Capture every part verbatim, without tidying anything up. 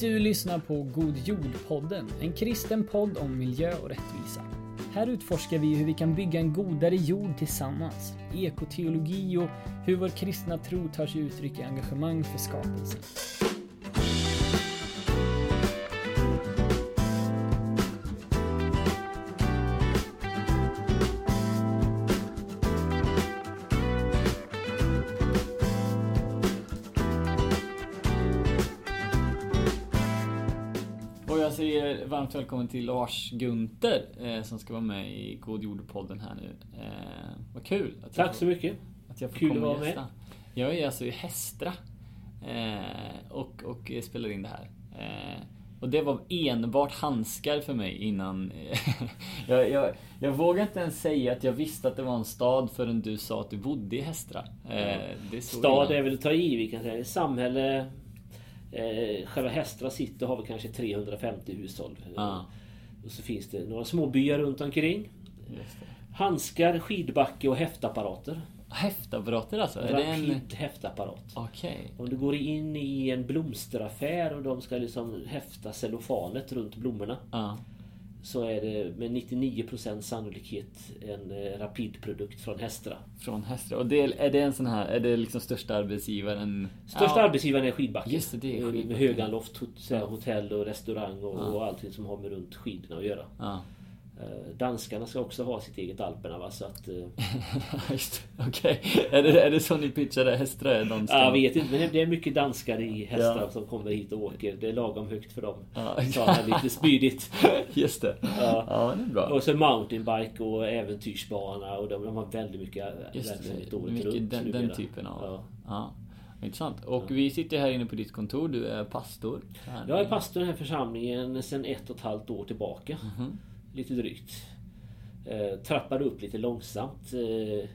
Du lyssnar på God jord-podden, en kristen podd om miljö och rättvisa. Här utforskar vi hur vi kan bygga en godare jord tillsammans, ekoteologi och hur vår kristna tro tar sig uttryck i engagemang för skapelsen. Jag säger varmt välkommen till Lars Gunther eh, som ska vara med i God jord-podden här nu. Eh, vad kul. Att Tack får, så mycket. Att jag får kul komma att vara med. Jag är alltså i Hästra eh, och, och spelar in det här. Eh, och det var enbart handskar för mig innan. jag, jag, jag vågar inte ens säga att jag visste att det var en stad förrän du sa att du bodde i Hästra. Eh, det är så stad innan. är väl att ta i, vi kan säga. Samhälle... Eh, själva Hästra sitter har vi kanske trehundrafemtio hushåll. Ah. Och så finns det några små byar runt omkring. Just det. Handskar, skidbacke och häftapparater. Häftapparater alltså? Rapid är det en häftapparat. Okej. Om du går in i en blomsteraffär och de ska liksom häfta cellofanet runt blommorna. Ja. Så är det med nittionio procent sannolikhet en eh, rapidprodukt från Hästra. Från Hästra. Och det är, är det en sån här, är det liksom största arbetsgivaren? Största ja. arbetsgivaren är skidbacke. Just det, det är skidbacke. Med Höganloft, hotell och restaurang och, Ja. och allting som har med runt skidorna att göra. Ja. Danskarna ska också ha sitt eget Alperna, va? Så att... Just okej. Okay. Är, det, är det så ni pitchade Hästra är danskarna? Jag vet inte, men det är mycket danskar i Hästra ja. som kommer hit och åker. Det är lagom högt för dem. Ja. Så är lite spydigt. Just det. Ja. Ja, det är bra. Och så mountainbike och äventyrsbana och de, de har väldigt mycket verksamhet året runt. Den, den typen av... Ja. Ja. Intressant. Och ja. vi sitter här inne på ditt kontor. Du är pastor. Här. Jag är pastor i den här församlingen sedan ett och ett halvt år tillbaka. Mm-hmm. Lite drygt. Eh, trappade upp lite långsamt. Eh,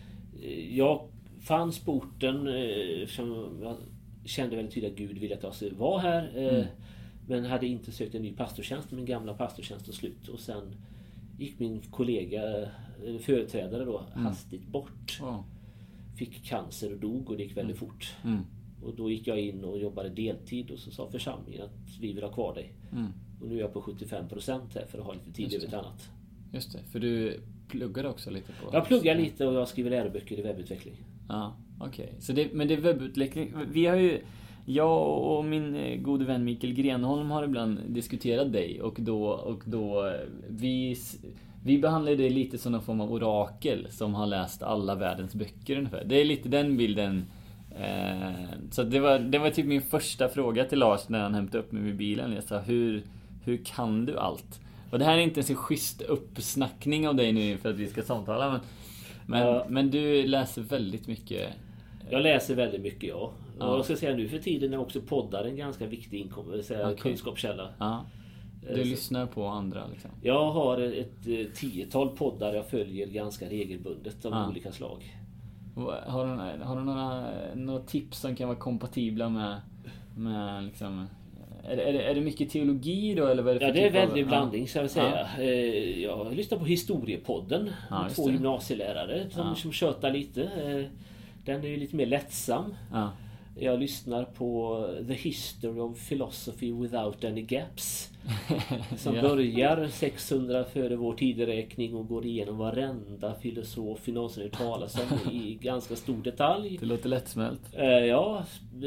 jag fanns på orten eh, som jag kände väldigt tydligt att Gud ville att jag skulle vara här. Eh, mm. Men hade inte sökt en ny pastortjänst. Min gamla pastortjänst tog slut. Och sen gick min kollega, eh, företrädare då, mm. hastigt bort. Oh. Fick cancer och dog och det gick väldigt mm. fort. Mm. Och då gick jag in och jobbade deltid och så sa församlingen att vi vill ha kvar dig. Mm. Och nu är jag på sjuttiofem procent här för att ha lite tid över ett annat. Just det, för du pluggar också lite på... Jag pluggar lite och jag skriver läroböcker i webbutveckling. Ja, okej. Okay. Så det, men det är webbutveckling. Vi har ju... Jag och min gode vän Mikael Grenholm har ibland diskuterat dig och då... Och då vi, vi behandlar det lite som en form av orakel som har läst alla världens böcker ungefär. Det är lite den bilden... Eh, så det var, det var typ min första fråga till Lars när han hämtade upp mig i bilen. Jag sa, hur, hur kan du allt? Och det här är inte en så schysst uppsnackning av dig nu för att vi ska samtala. Men, men, ja. men du läser väldigt mycket. Jag läser väldigt mycket, ja. Och ja. jag ska säga nu för tiden är också poddar en ganska viktig inkomst, okay. kunskapskälla. Ja. Du så. lyssnar på andra liksom. Jag har ett, ett tiotal poddar jag följer ganska regelbundet av ja. olika slag. Har du, har du några, några tips som kan vara kompatibla med, med liksom, är, är, det, är det mycket teologi då? Eller vad är det för ja, det är typ väldigt av, blandning ja. ska jag säga. Ja. Jag lyssnar på Historiepodden. Ja, två det. gymnasielärare som, ja. som tjötar lite. Den är ju lite mer lättsam. Ja. Jag lyssnar på The History of Philosophy Without Any Gaps. Som ja. börjar sexhundra före vår tideräkning och går igenom varenda filosof i någonsin hört talas om i ganska stor detalj. Det låter lättsmält. Ja,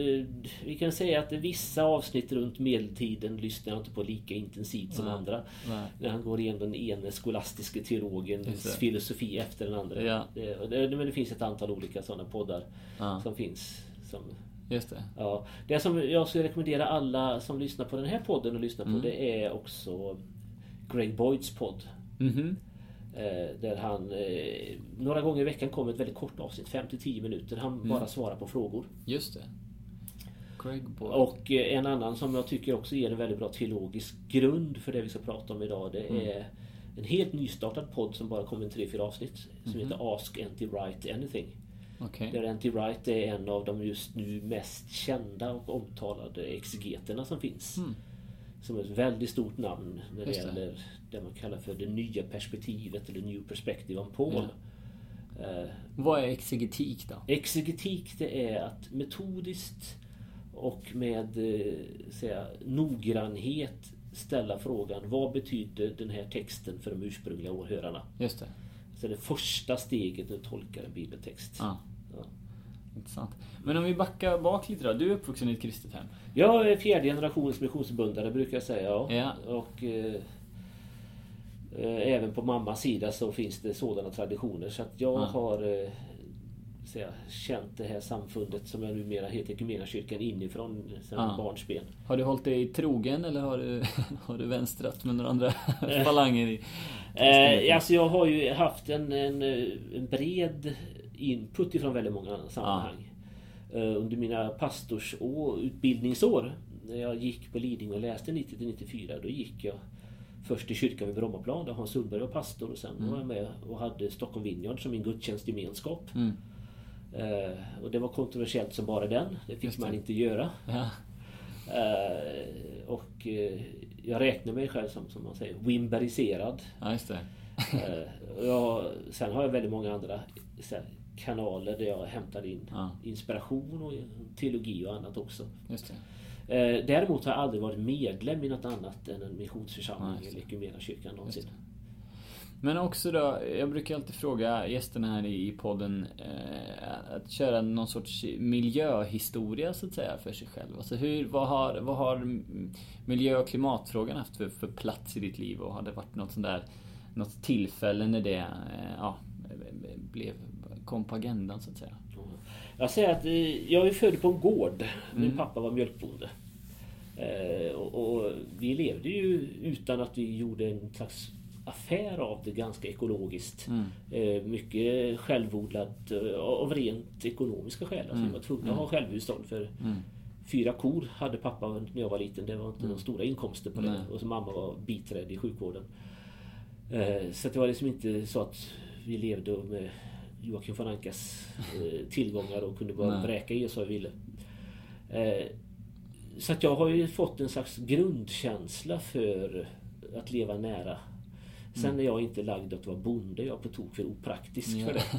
vi kan säga att vissa avsnitt runt medeltiden lyssnar jag inte på lika intensivt som Nej. andra. Nej. När han går igenom den ene skolastiska teologens filosofi efter den andra. Ja. Men det finns ett antal olika sådana poddar ja. som finns som... Just det. Ja, det som jag skulle rekommendera alla som lyssnar på den här podden och lyssnar på mm. det är också Greg Boyds podd. Mm-hmm. Eh, där han eh, några gånger i veckan kommer ett väldigt kort avsnitt, fem till tio minuter. Han mm. bara svarar på frågor. Just det. Greg Boyd. Och eh, en annan som jag tycker också ger en väldigt bra teologisk grund för det vi ska prata om idag. Det mm. är en helt nystartad podd som bara kommer en tre, fyra avsnitt. Som mm-hmm. heter Ask N T Wright Anything. Okay. Där N T Wright är en av de just nu mest kända och omtalade exegeterna som finns. Mm. Som är ett väldigt stort namn när det gäller det. det man kallar för det nya perspektivet eller New Perspective on Paul. Ja. Uh, Vad är exegetik då? Exegetik det är att metodiskt och med eh, säga, noggrannhet ställa frågan, vad betyder den här texten för de ursprungliga åhörarna? Just det. Så det första steget att tolka en bibeltext. Ja. Ja. Intressant. Men om vi backar bak lite då. Du är uppvuxen i ett kristet hem. Jag är fjärde generationens missionsförbundare, brukar jag säga. Ja. Ja. Och eh, eh, även på mammas sida så finns det sådana traditioner. Så att jag Ja. har eh, så jag, känt det här samfundet som jag numera heter Equmeniakyrkan inifrån sedan Ja. barnsben. Har du hållit dig trogen eller har du, har du vänstrat med några andra falanger i? Eh, alltså jag har ju haft en, en, en bred input ifrån väldigt många sammanhang. Ja. Eh, under mina pastors- och utbildningsår, när jag gick på Lidingö och läste nittio till nittiofyra, då gick jag först i kyrkan vid Brommaplan där Hans Sundberg var pastor, och sen mm. var jag med och hade Stockholm Vineyard som min gudstjänstgemenskap. Mm. Eh, och det var kontroversiellt som bara den. Det fick det. man inte göra. Ja. Eh, och eh, jag räknar mig själv som, som man säger, wimberiserad. Ja, just det. eh, jag, sen har jag väldigt många andra så här, kanaler där jag hämtar in ja. inspiration och teologi och annat också. Just det. Eh, däremot har jag aldrig varit medlem i något annat än en missionsförsamling ja, eller Equmeniakyrkan någonsin. Men också då, jag brukar alltid fråga gästerna här i podden eh, att köra någon sorts miljöhistoria så att säga för sig själv. Alltså hur, vad har, vad har miljö- och klimatfrågan haft för, för plats i ditt liv, och har det varit något sånt där, något tillfälle när det eh, ja, blev, kom på agendan så att säga? Jag säger att eh, jag är född på en gård. Min mm. pappa var mjölkbonde. Eh, och, och vi levde ju utan att vi gjorde en slags affär av det, ganska ekologiskt. Mm. Eh, mycket självodlat eh, av rent ekonomiska skäl. Alltså, mm. Vi var tvungna mm. att ha självhushåll för mm. fyra kor hade pappa när jag var liten. Det var inte mm. några stora inkomster på det. Nej. Och så mamma var biträdd i sjukvården. Eh, så det var liksom inte så att vi levde med Joakim von Ankas eh, tillgångar och kunde bara bräka i oss vad vi ville. Eh, så att jag har ju fått en slags grundkänsla för att leva nära. Sen mm. är jag inte lagd att vara bonde. Jag är på tok för opraktisk ja. för det.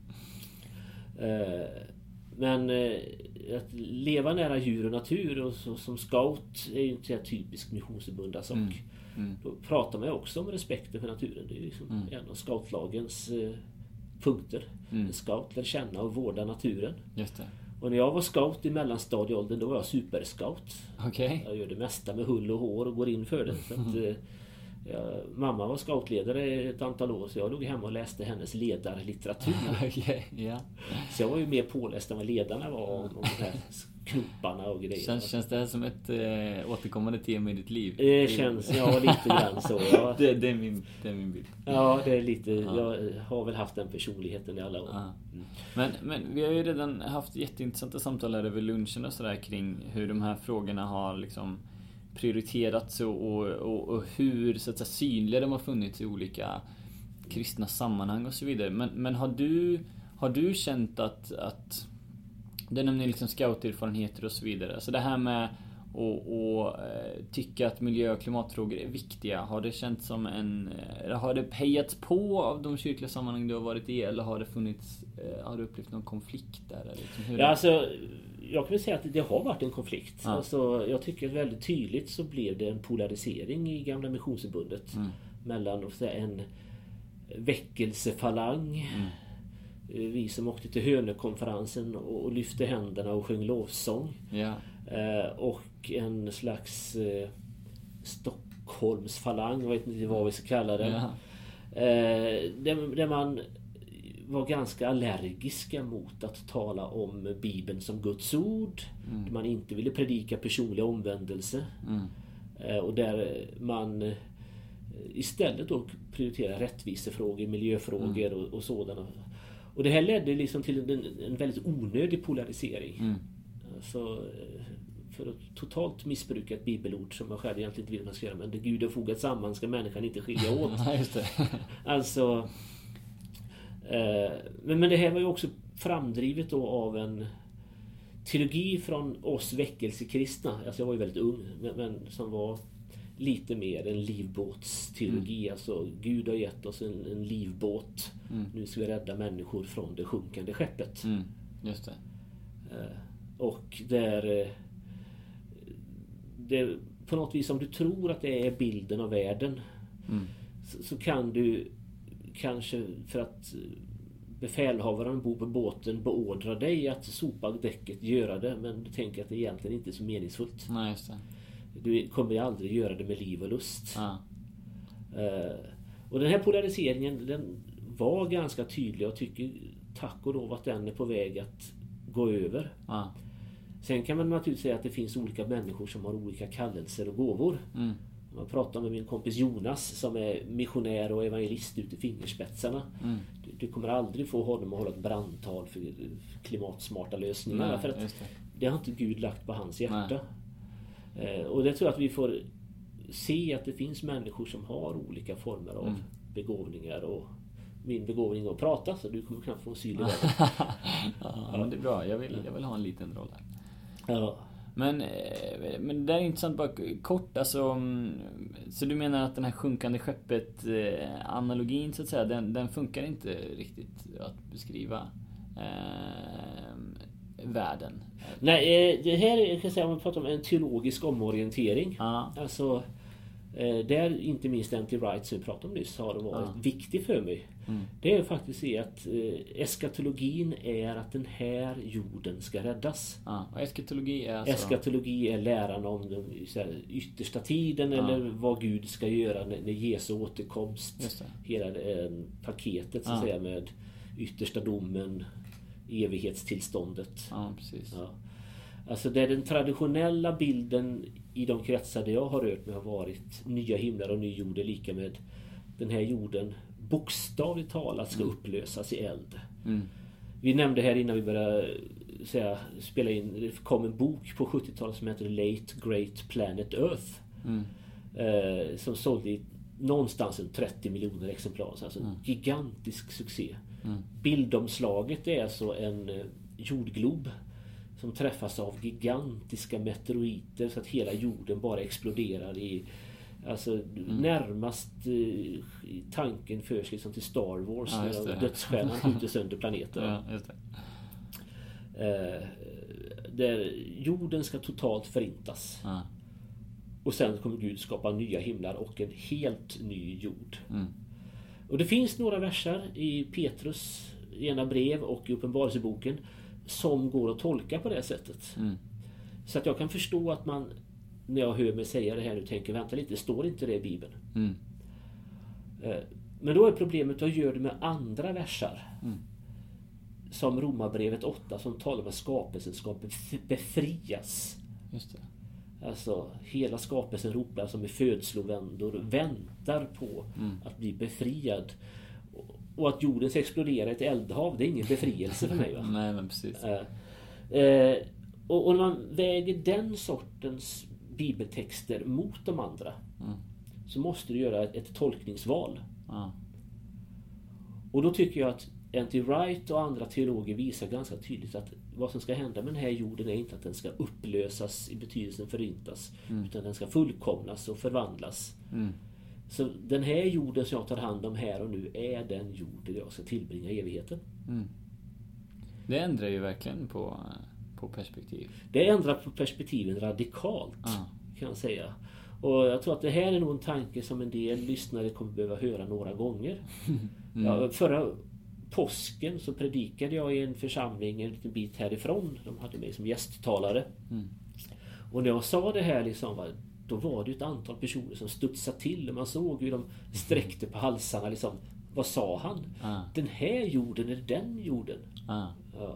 eh, men eh, att leva nära djur och natur och så, som scout är ju inte en typisk missionsförbundas sak. Mm. Mm. Då pratar man ju också om respekten för naturen. Det är ju liksom mm. en av scoutlagens eh, punkter. Mm. En scout lär känna och vårda naturen. Just det. Och när jag var scout i mellanstadieåldern, då var jag superscout. Okay. Jag gör det mesta med hull och hår och går in för det. Så att, eh, ja, mamma var scoutledare ett antal år, så jag låg hemma och läste hennes ledarlitteratur. Okay, yeah. Så jag var ju mer påläst än vad ledarna var om de här knopparna och grejer. Känns, känns det här som ett äh, återkommande tema i ditt liv? Det känns, ja, lite grann så. Ja. det, det, är min, det är min bild. Ja, det är lite, ja. Jag har väl haft den personligheten i alla år. Mm. Men, men vi har ju redan haft jätteintressanta samtal här över lunchen och sådär kring hur de här frågorna har liksom prioriterats och, och, och, och hur så att säga, synliga de har funnits i olika kristna sammanhang och så vidare. Men, men har du har du känt att, att det nämner liksom scouterfarenheter och så vidare. Så det här med att och, tycka att miljö- och klimatfrågor är viktiga. Har det känts som en... Har det hejats på av de kyrkliga sammanhang du har varit i? Eller har det funnits... Har du upplevt någon konflikt där? Eller liksom, hur ja, alltså, jag kan säga att det har varit en konflikt. Ja. Alltså, jag tycker att väldigt tydligt så blev det en polarisering i Gamla Missionsförbundet. Mm. Mellan så säga, en väckelsefalang... Mm. Vi som åkte till Hönökonferensen och lyfte händerna och sjöng lovsång. Ja. Eh, och en slags eh, Stockholmsfalang, jag vet inte vad vi ska kalla det. Ja. Eh, där, där man var ganska allergiska mot att tala om Bibeln som Guds ord. Mm. Där man inte ville predika personlig omvändelse. Mm. Eh, och där man eh, istället då prioriterar rättvisefrågor, miljöfrågor mm. och, och sådana. Och det här ledde liksom till en, en väldigt onödig polarisering. Mm. Alltså, för att totalt missbruka ett bibelord som man själv egentligen inte vill man ska göra. Men det Gud har fogat samman ska människan inte skilja åt. Ja, just det. Alltså, eh, men, men det här var ju också framdrivet då av en teologi från oss väckelsekristna. Alltså jag var ju väldigt ung, men, men som var lite mer en livbåtsteologi. Mm. Alltså Gud har gett oss en, en livbåt. Mm. Nu ska vi rädda människor från det sjunkande skeppet. Mm. Just det. Eh, och där eh, det, på något vis om du tror att det är bilden av världen mm. så, så kan du kanske för att befälhavaren bor på båten beordra dig att sopa däcket, göra det, men du tänker att det egentligen inte är så meningsfullt. Nej, just det. Du kommer ju aldrig göra det med liv och lust. Ja. Uh, och den här polariseringen, den var ganska tydlig och tycker tack och lov att den är på väg att gå över. Ja. Sen kan man naturligtvis säga att det finns olika människor som har olika kallelser och gåvor. Mm. Man pratar med min kompis Jonas som är missionär och evangelist ute i fingerspetsarna. Mm. Du, du kommer aldrig få honom att hålla ett brandtal för klimatsmarta lösningar. Nej, för att det. det har inte Gud lagt på hans hjärta. Eh, och det tror jag att vi får se att det finns människor som har olika former av mm. begåvningar. Och min begåvning att prata, så du kommer knappt få en syl i vägen. Ja, men det är bra. Jag vill, jag vill ha en liten roll här. Ja. Men, men det där är intressant bara kort, alltså, så du menar att den här sjunkande skeppet analogin så att säga, den, den funkar inte riktigt att beskriva eh, världen? Nej, det här är, jag kan säga, om man pratar om en teologisk omorientering. Ja. Alltså där inte minst N T Wright som vi pratade om nyss har varit ja. viktig för mig. Mm. Det är faktiskt är att eh, eskatologin är att den här jorden ska räddas. Ja. Och eskatologi är alltså... Eskatologi är läran om den här, yttersta tiden ja. eller vad Gud ska göra när, när Jesu återkomst. Hela eh, paketet så att ja. säga med yttersta domen, evighetstillståndet. Ja, precis. Ja. Alltså det är den traditionella bilden i de kretsar där jag har rört mig har varit nya himlar och ny jord är lika med den här jorden bokstavligt talat ska mm. upplösas i eld. Mm. Vi nämnde här innan vi började säga, spela in, det kom en bok på sjuttiotalet som heter Late Great Planet Earth mm. eh, som sålde i någonstans en trettio miljoner exemplar. Alltså en mm. gigantisk succé. Mm. Bildomslaget är alltså en eh, jordglob som träffas av gigantiska meteoriter så att hela jorden bara exploderar i alltså mm. närmast eh, tanken förs liksom till Star Wars ja, när dödsstjärnan skjuter sönder planeter. Ja, just det. Eh, där jorden ska totalt förintas. Ja. Och sen kommer Gud skapa nya himlar och en helt ny jord. Mm. Och det finns några verser i Petrus ena brev och i Uppenbarelseboken som går att tolka på det sättet. Mm. Så att jag kan förstå att man, när jag hör mig säga det här nu, tänker vänta lite, står inte det i Bibeln? Mm. Men då är problemet att göra det med andra versar. Mm. Som Romarbrevet åtta som talar om att skapelsen ska befrias. Just det. Alltså hela skapelsen ropar som i födslovändor väntar på mm. att bli befriad. Och att jorden ska explodera i ett eldhav, det är ingen befrielse för mig. Va? Nej, men precis. Eh, eh, och, och när man väger den sortens bibeltexter mot de andra mm. så måste du göra ett, ett tolkningsval. Mm. Och då tycker jag att N T Wright och andra teologer visar ganska tydligt att vad som ska hända med den här jorden är inte att den ska upplösas i betydelsen förintas mm. utan den ska fullkomnas och förvandlas. Mm. Så den här jorden som jag tar hand om här och nu är den jord där jag ska tillbringa evigheten. Mm. Det ändrar ju verkligen på, på perspektiv. Det ändrar på perspektiven radikalt ah. kan jag säga. Och jag tror att det här är nog en tanke som en del lyssnare kommer behöva höra några gånger. Mm. Ja, förra påsken så predikade jag i en församling en liten bit härifrån. De hade mig som gästtalare. Mm. Och när jag sa det här liksom, då var det ett antal personer som studsade till och man såg hur de sträckte på halsarna liksom. Vad sa han? Ah. Den här jorden är den jorden. Ah. Ja.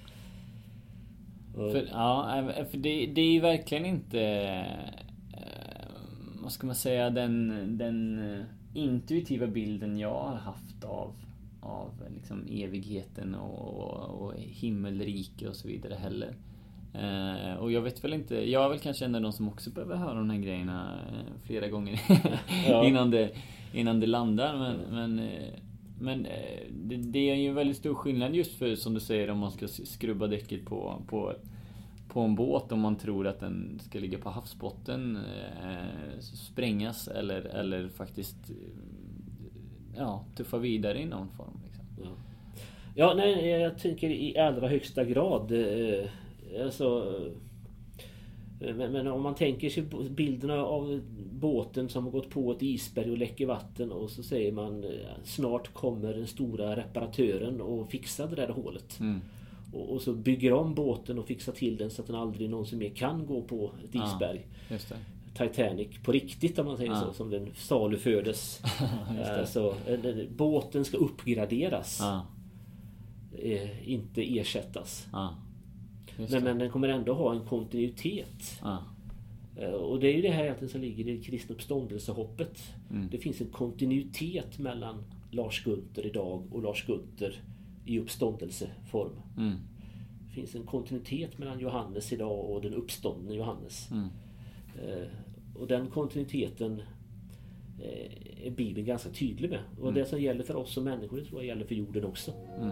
Och, för, ja, för det, det är ju verkligen inte eh, vad ska man säga den, den intuitiva bilden jag har haft av av liksom evigheten och, och himmelrike och så vidare heller. Uh, och jag vet väl inte, jag är väl kanske en av de som också behöver höra de här grejerna uh, flera gånger ja. innan, det, innan det landar. Men, men, uh, men uh, det, det är ju en väldigt stor skillnad just för, som du säger, om man ska skrubba däcket på, på, på en båt, om man tror att den ska ligga på havsbotten, uh, sprängas eller, eller faktiskt uh, ja, tuffa vidare i någon form. Liksom. Ja. ja, nej, jag tänker i allra högsta grad uh, Alltså, Men, men om man tänker sig bilderna av båten som har gått på ett isberg och läcker vatten, och så säger man snart kommer den stora reparatören och fixar det där hålet. Mm. Och, och så bygger om båten och fixar till den så att den aldrig någonsin mer kan gå på ett isberg. Ja, just det. Titanic på riktigt, om man säger ja. så, som den salufördes. Alltså, båten ska uppgraderas. Ja. Eh, inte ersättas. Ja. Men, men den kommer ändå ha en kontinuitet. Ja. Eh, och det är ju det här egentligen som ligger i det kristna uppståndelsehoppet. Mm. Det finns en kontinuitet mellan Lars Gunther idag och Lars Gunther i uppståndelseform. Mm. Det finns en kontinuitet mellan Johannes idag och den uppståndne Johannes. Mm. Eh, och den kontinuiteten eh, är Bibeln ganska tydlig med. Och mm. det som gäller för oss som människor, det tror jag gäller för jorden också. Mm.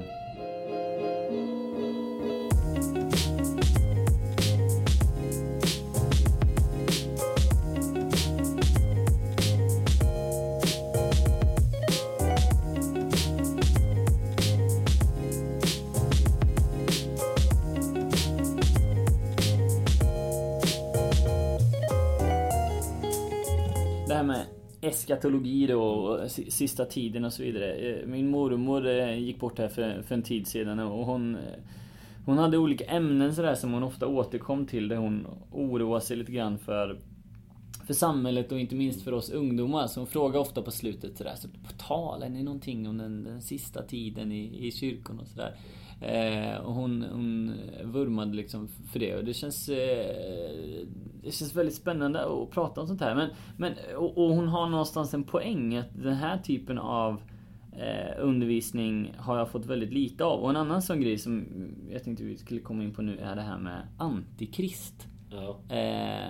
Eskatologi då, och sista tiden och så vidare. Min mormor gick bort här för, för en tid sedan, och hon, hon hade olika ämnen så där som hon ofta återkom till, där hon oroade sig lite grann för, för samhället och inte minst för oss ungdomar. Så hon frågade ofta på slutet så där, så på talar ni någonting om den, den sista tiden i, i kyrkan och sådär. Eh, och hon, hon vurmade liksom för det, och det känns eh, det känns väldigt spännande att prata om sånt här, men, men, och, och hon har någonstans en poäng att den här typen av eh, undervisning har jag fått väldigt lite av. Och en annan sån grej som jag tänkte vi skulle komma in på nu är det här med antikrist. Ja. eh,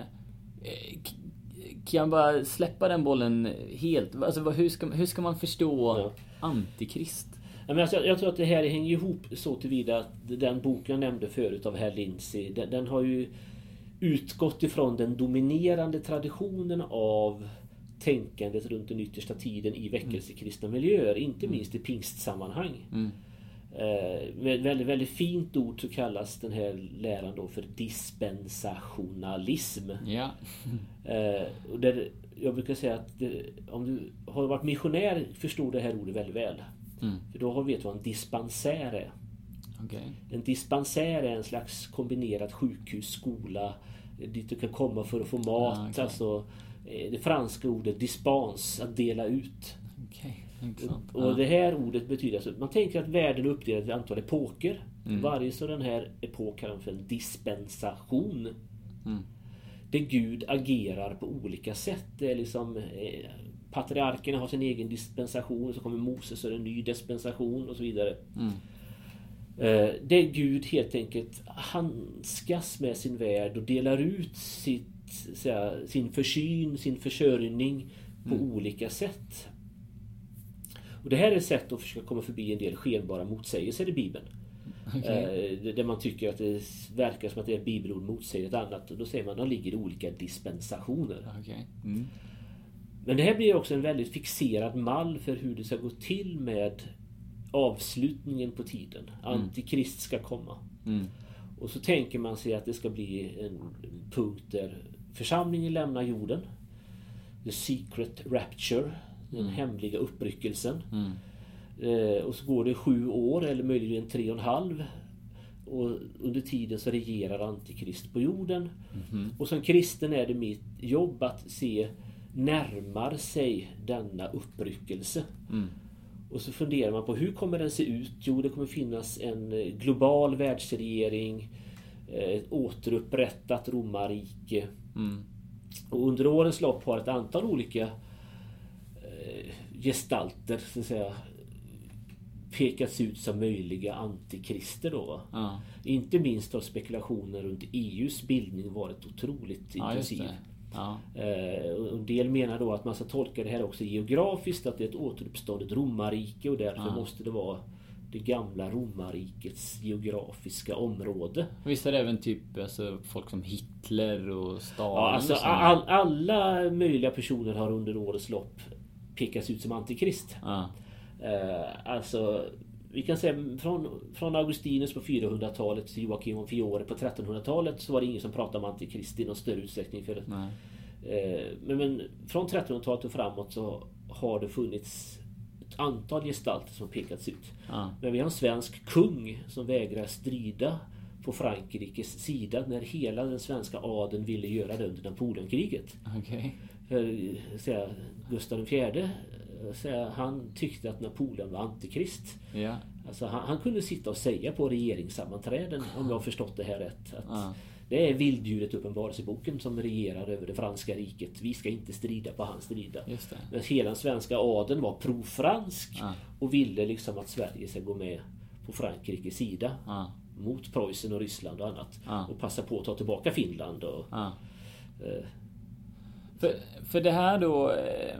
Kan jag bara släppa den bollen helt? Alltså, hur, ska, hur ska man förstå ja. antikrist? Men alltså, jag tror att det här hänger ihop så tillvida att den boken jag nämnde förut av herr Lindsey, den, den har ju utgått ifrån den dominerande traditionen av tänkandet runt den yttersta tiden i väckelsekristna miljöer, inte mm. minst i pingstsammanhang. Mm. Eh, med väldigt, väldigt fint ord så kallas den här läran då för dispensationalism. Ja. eh, och där jag brukar säga att det, om du har varit missionär förstår det här ordet väldigt väl. Mm. För då vet du vad en dispensaire är. Okay. En dispensaire är en slags kombinerad sjukhus, skola, dit du kan komma för att få mat. Ah, okay. Alltså, det franska ordet dispens, att dela ut. Okay. Och, och ah. det här ordet betyder alltså, man tänker att världen är uppdelad i ett antal epoker. Mm. Varje sådan här epok kallas för en dispensation. Mm. Där Gud agerar på olika sätt. Det är liksom eh, patriarkerna har sin egen dispensation, så kommer Moses och en ny dispensation och så vidare. Mm. Eh, där Gud helt enkelt handskas med sin värld och delar ut sitt, såhär, sin försyn, sin försörjning på mm. olika sätt. Och det här är ett sätt att försöka komma förbi en del skenbara motsägelser i Bibeln. Okay. Eh, där man tycker att det verkar som att det är ett bibelord motsäger ett annat. Och då säger man att de ligger i olika dispensationer. Okay. Mm. Men det här blir också en väldigt fixerad mall för hur det ska gå till med avslutningen på tiden. Antikrist ska komma. Mm. Och så tänker man sig att det ska bli en punkt där församlingen lämnar jorden. The secret rapture. Den mm. hemliga uppryckelsen. Mm. Eh, och så går det sju år eller möjligen tre och en halv. Och under tiden så regerar antikrist på jorden. Mm. Och som kristen är det mitt jobb att se närmar sig denna uppryckelse. Mm. Och så funderar man på hur kommer den se ut? Jo, det kommer finnas en global världsregering, ett återupprättat romarrike. Mm. Och under årens lopp har ett antal olika eh, gestalter så att säga pekats ut som möjliga antikrister då. Ja. Inte minst har spekulationer runt E U:s bildning varit otroligt ja, intensiv. Ja. Eh, och en del menar då att man ska tolka det här också geografiskt, att det är ett återuppståndet romarrike och därför ja. måste det vara det gamla romarrikets geografiska område. Visst är det även typ alltså, folk som Hitler och Stalin? Ja, alltså och all, alla möjliga personer har under årets lopp pekats ut som antikrist. Ja. Eh, alltså vi kan säga från, från Augustinus på fyrahundratalet till Joakim von Fiore på trettonhundratalet så var det ingen som pratade om antikrist i någon större utsträckning. För Nej. Eh, men, men från trettonhundratalet och framåt så har det funnits ett antal gestalter som pekats ut. Ja. Men vi har en svensk kung som vägrar strida på Frankrikes sida när hela den svenska adeln ville göra det under Napoleonkriget. Okej. För, säga, Gustav den fjärde, säga, han tyckte att Napoleon var antikrist. Ja. Alltså, han, han kunde sitta och säga på regeringssammanträden, om jag har förstått det här rätt, att Ja. det är vilddjuret Uppenbarelseboken som regerar över det franska riket. Vi ska inte strida på hans strida. Just det. Men hela den svenska adeln var pro-fransk Ja. och ville liksom att Sverige ska gå med på Frankrikes sida. Ja. Mot Preussen och Ryssland och annat. Ja. Och passa på att ta tillbaka Finland. Och, Ja. eh, För, för det här då... Eh,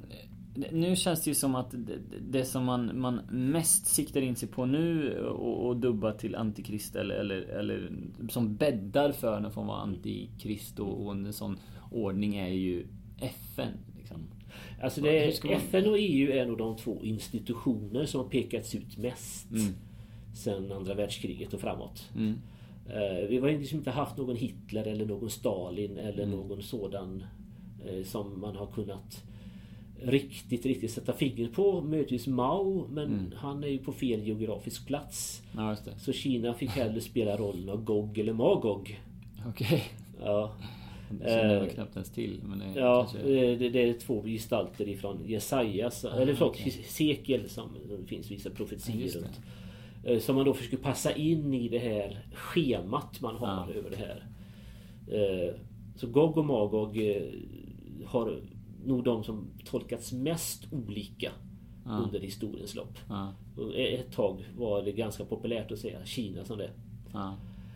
nu känns det ju som att det, det som man, man mest siktar in sig på nu och, och dubba till antikrist eller, eller, eller som bäddar för någon form av antikrist och, och en sån ordning är ju F N. Liksom. Alltså det är, Hur ska man- F N och E U är nog de två institutioner som har pekats ut mest Mm. sedan andra världskriget och framåt. Mm. Eh, vi har liksom inte haft någon Hitler eller någon Stalin eller Mm. någon sådan eh, som man har kunnat riktigt, riktigt sätta fingret på. Möjligtvis Mao, men Mm. han är ju på fel geografisk plats. Ja, just det. Så Kina fick hellre spela rollen av Gog eller Magog. Okej. Ja, Det känner jag Eh, knappt ens till. Men det ja kanske... det, det är två gestalter ifrån Jesajas, eller förlåt, okej. Hesekiel, som det finns vissa profetier Ja, just det. runt. Eh, Som man då försöker passa in i det här schemat man har Ja. över det här. Eh, Så Gog och Magog eh, har nog de som tolkats mest olika Ja. under historiens lopp. Ja. Och ett tag var det ganska populärt att säga Kina som det. Ja.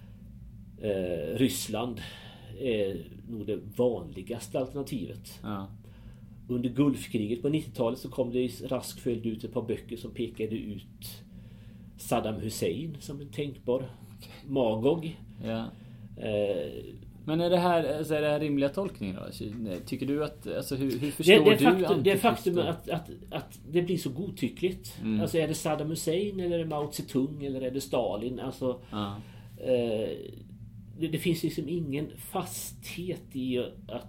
Eh, Ryssland är nog det vanligaste alternativet. Ja. Under Gulfkriget på nittiotalet så kom det i rask följd ut ett par böcker som pekade ut Saddam Hussein som en tänkbar Magog. Ja. Eh, Men är det här, alltså är det här rimliga tolkningar då? Tycker du att, alltså hur, hur förstår det, det, du faktum, det antikrist faktum då? att, att, att det blir så godtyckligt. Mm. Alltså är det Saddam Hussein eller är det Mao Zedong eller är det Stalin? Alltså, Ja. eh, det, det finns liksom ingen fasthet i att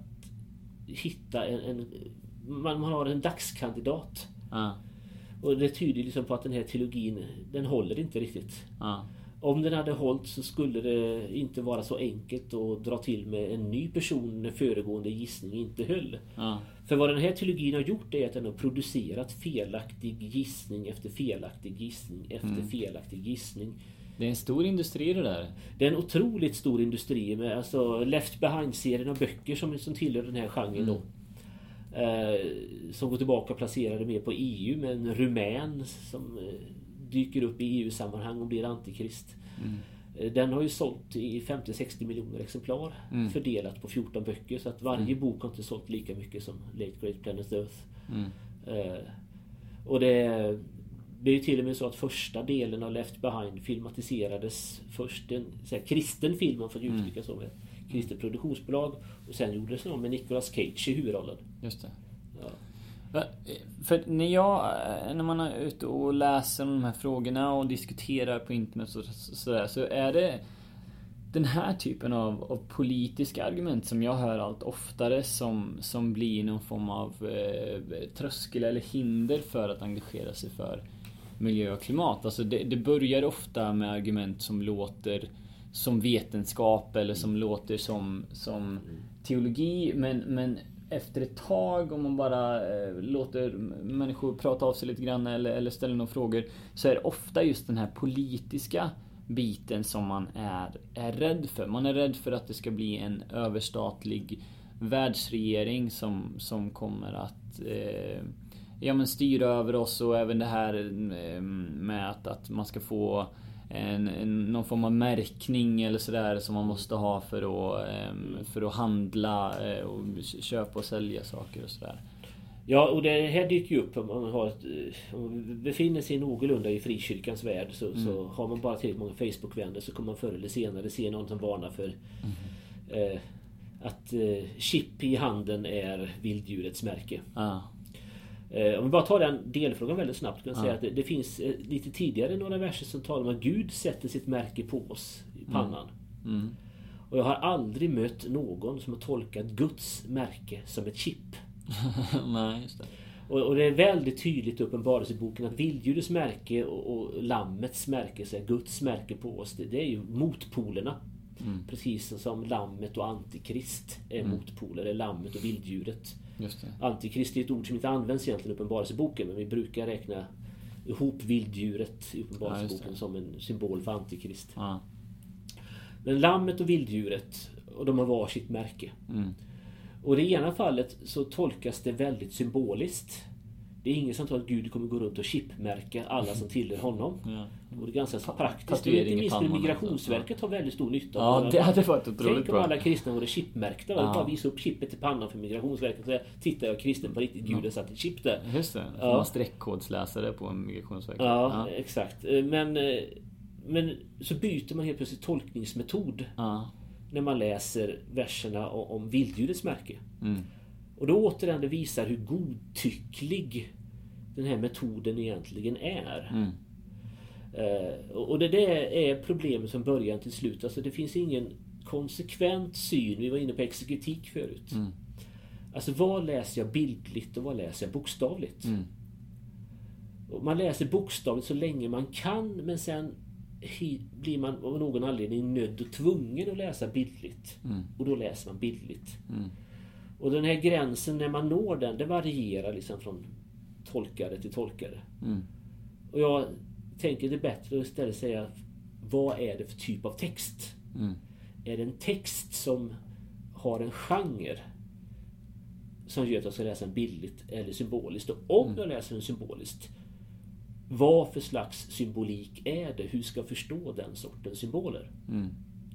hitta en, en man, man har en dagskandidat. Ja. Och det tyder liksom på att den här teologin, den håller inte riktigt. Ja. Om den hade hållit så skulle det inte vara så enkelt att dra till med en ny person när föregående gissning inte höll. Ja. För vad den här teologin har gjort är att den har producerat felaktig gissning efter felaktig gissning efter Mm. felaktig gissning. Det är en stor industri det där. Det är en otroligt stor industri med alltså Left Behind-serien av böcker som, som tillhör den här genren Mm. då. Eh, som går tillbaka och placerade mer på E U med en rumän som eh, dyker upp i E U-sammanhang och blir antikrist. Mm. Eh, Den har ju sålt i femtio till sextio miljoner exemplar Mm. fördelat på fjorton böcker, så att varje Mm. bok har inte sålt lika mycket som Late Great Planet Earth. Mm. Eh, och det, det är ju till och med så att första delen av Left Behind filmatiserades först en så här, kristen film, man får Mm. uttrycka så, med kristet produktionsbolag, och sen gjordes det med Nicolas Cage i huvudrollen. Just det. Ja. Va- För när jag, när man är ute och läser om de här frågorna och diskuterar på internet och så- sådär, så är det den här typen av, av politiska argument som jag hör allt oftare som, som blir någon form av eh, tröskel eller hinder för att engagera sig för miljö och klimat. Alltså det, det börjar ofta med argument som låter som vetenskap eller som låter som, som teologi, men, men efter ett tag, om man bara eh, låter människor prata av sig lite grann eller, eller ställer några frågor, så är det ofta just den här politiska biten som man är, är rädd för. Man är rädd för att det ska bli en överstatlig världsregering som, som kommer att eh, ja, men styra över oss, och även det här eh, med att, att man ska få en, en, någon form av märkning eller sådär som man måste ha för att, eh, för att handla eh, och köpa och sälja saker och sådär. Ja, och det här dyker ju upp om man, har ett, om man befinner sig någorlunda i frikyrkans värld, så, Mm. så har man bara tillräckligt många Facebook-vänner, så kommer man förr eller senare se någon som varnar för eh, att eh, chip i handen är vilddjurets märke. Ah. Om vi bara tar den delfrågan väldigt snabbt kan jag ja. säga att det, det finns lite tidigare några verser som talar om att Gud sätter sitt märke på oss i pannan. Mm. Mm. Och jag har aldrig mött någon som har tolkat Guds märke som ett chip. Nej, just det. Och, och det är väldigt tydligt i Uppenbarelseboken att vilddjurets märke och, och lammets märke, så är Guds märke på oss, det, det är ju motpolerna. Mm. Precis som lammet och antikrist är mm. motpoler, det är lammet och vilddjuret. Just det. Antikrist är ett ord som inte används egentligen i Uppenbarelseboken, men vi brukar räkna ihop vilddjuret i Uppenbarelseboken ja, som en symbol för antikrist. Ja. Men lammet och vilddjuret, och de har varsitt märke. Mm. Och i det ena fallet så tolkas det väldigt symboliskt. Det är ingen som tror att Gud kommer gå runt och chipmärka alla som tillhör honom. Ja. Det är ganska så praktiskt. Det är inte minst med Migrationsverket har väldigt stor nytta av ja, det. hade varit otroligt bra. Tänk om alla kristna vore chipmärkta. Ja. Bara visa upp chippet i pannan för Migrationsverket och säga, titta jag är kristen på riktigt, Gud har satt ett chip där. Just det, får ja. man streckkodsläsare på Migrationsverket. Ja, ja, exakt. Men, men så byter man helt plötsligt tolkningsmetod. Ja. När man läser verserna om vilddjurets märke. Mm. Och då återigen det visar hur godtycklig den här metoden egentligen är. Mm. Uh, och det där är problemet från början till slut. Alltså det finns ingen konsekvent syn. Vi var inne på exegetik förut. Mm. Alltså vad läser jag bildligt och vad läser jag bokstavligt? Mm. Och man läser bokstavligt så länge man kan, men sen blir man av någon anledning nödd och tvungen att läsa bildligt. Mm. Och då läser man bildligt. Mm. Och den här gränsen när man når den, det varierar liksom från tolkare till tolkare. Mm. Och jag tänker det är bättre att istället säga, vad är det för typ av text? Mm. Är det en text som har en genre som gör att jag ska läsa den bildligt eller symboliskt? Och om mm. jag läser den symboliskt, vad för slags symbolik är det? Hur ska jag förstå den sortens symboler? Mm.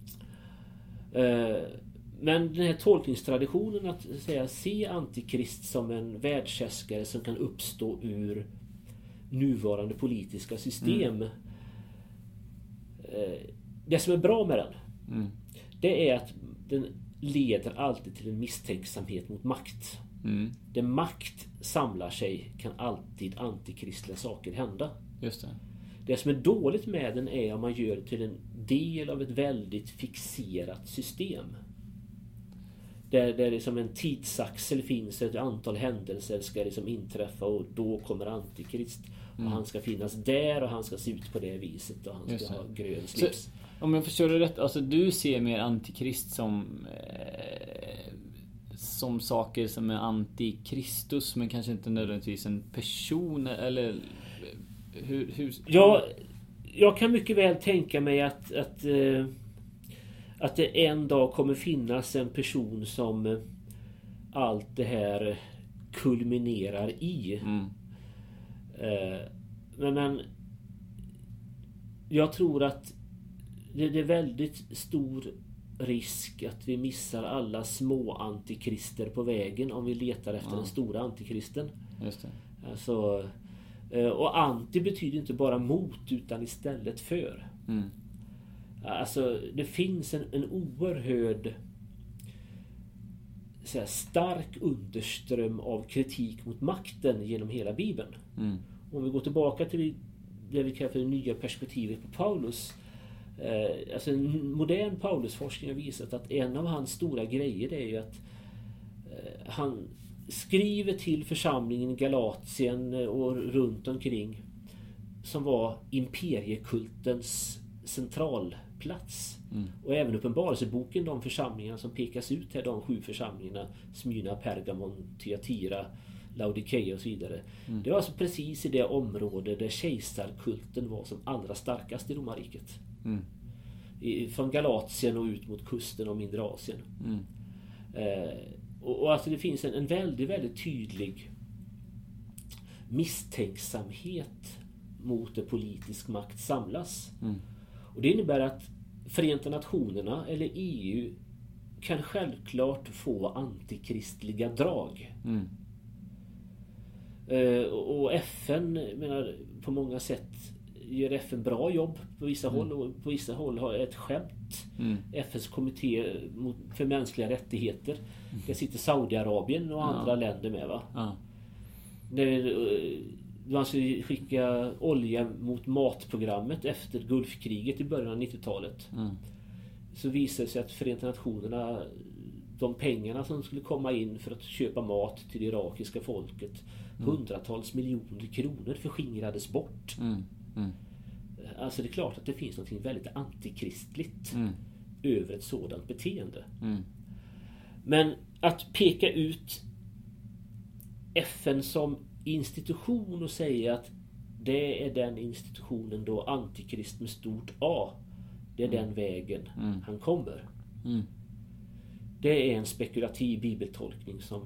Uh, men den här tolkningstraditionen att säga, se antikrist som en världshärskare som kan uppstå ur nuvarande politiska system. Mm. Uh, det som är bra med den, mm. det är att den leder alltid till en misstänksamhet mot makt. Mm. Där makt samlar sig kan alltid antikristliga saker hända. Just det. Det som är dåligt med den är om man gör det till en del av ett väldigt fixerat system. Där, där det som en tidsaxel finns, ett antal händelser ska liksom inträffa och då kommer antikrist. Mm. Och han ska finnas där och han ska se ut på det viset och han ska ha grön slips. Så, om jag förstår det rätt, alltså du ser mer antikrist som eh, som saker som är antikristus, men kanske inte nödvändigtvis en person, eller hur, hur... Ja, jag kan mycket väl tänka mig att att, eh, att det en dag kommer finnas en person som eh, allt det här kulminerar i. Mm. Eh, men, men jag tror att det, det är väldigt stor risk att vi missar alla små antikrister på vägen om vi letar efter ja. den stora antikristen. Just det. Alltså, och anti betyder inte bara mot utan istället för. Mm. Alltså det finns en, en oerhörd så här, stark underström av kritik mot makten genom hela Bibeln. Mm. Om vi går tillbaka till det vi kallar för det nya perspektivet på Paulus. Eh, alltså en modern Paulusforskning har visat att en av hans stora grejer är ju att eh, han skriver till församlingen i Galatien och runt omkring som var imperiekultens centralplats. Mm. Och även Uppenbarelseboken, de församlingarna som pekas ut här, de sju församlingarna, Smyrna, Pergamon, Thyatira, Laodikeia och så vidare. Mm. Det var alltså precis i det område där kejsarkulten var som allra starkast i romarriket. Mm. I, från Galatien och ut mot kusten av mindre Asien. Mm. Eh, och, och alltså det finns en, en väldigt, väldigt tydlig misstänksamhet mot att politisk makt samlas. Mm. Och det innebär att Förenta Nationerna eller E U kan självklart få antikristliga drag. Mm. Uh, och F N menar, på många sätt gör F N bra jobb på vissa mm. håll, och på vissa håll har ett skämt. Mm. F N:s kommitté för mänskliga rättigheter. Mm. Där sitter Saudiarabien och andra ja. länder med, va? Ja. när man skulle skicka olja mot matprogrammet efter Gulfkriget i början av nittiotalet. Mm. Så visade det sig att Förenta Nationerna, de pengarna som skulle komma in för att köpa mat till det irakiska folket, mm. hundratals miljoner kronor förskingrades bort. Mm. Mm. Alltså det är klart att det finns något väldigt antikristligt mm. över ett sådant beteende. Mm. Men att peka ut F N som institution och säga att det är den institutionen då antikrist med stort A, det är mm. den vägen mm. han kommer. Mm. Det är en spekulativ bibeltolkning som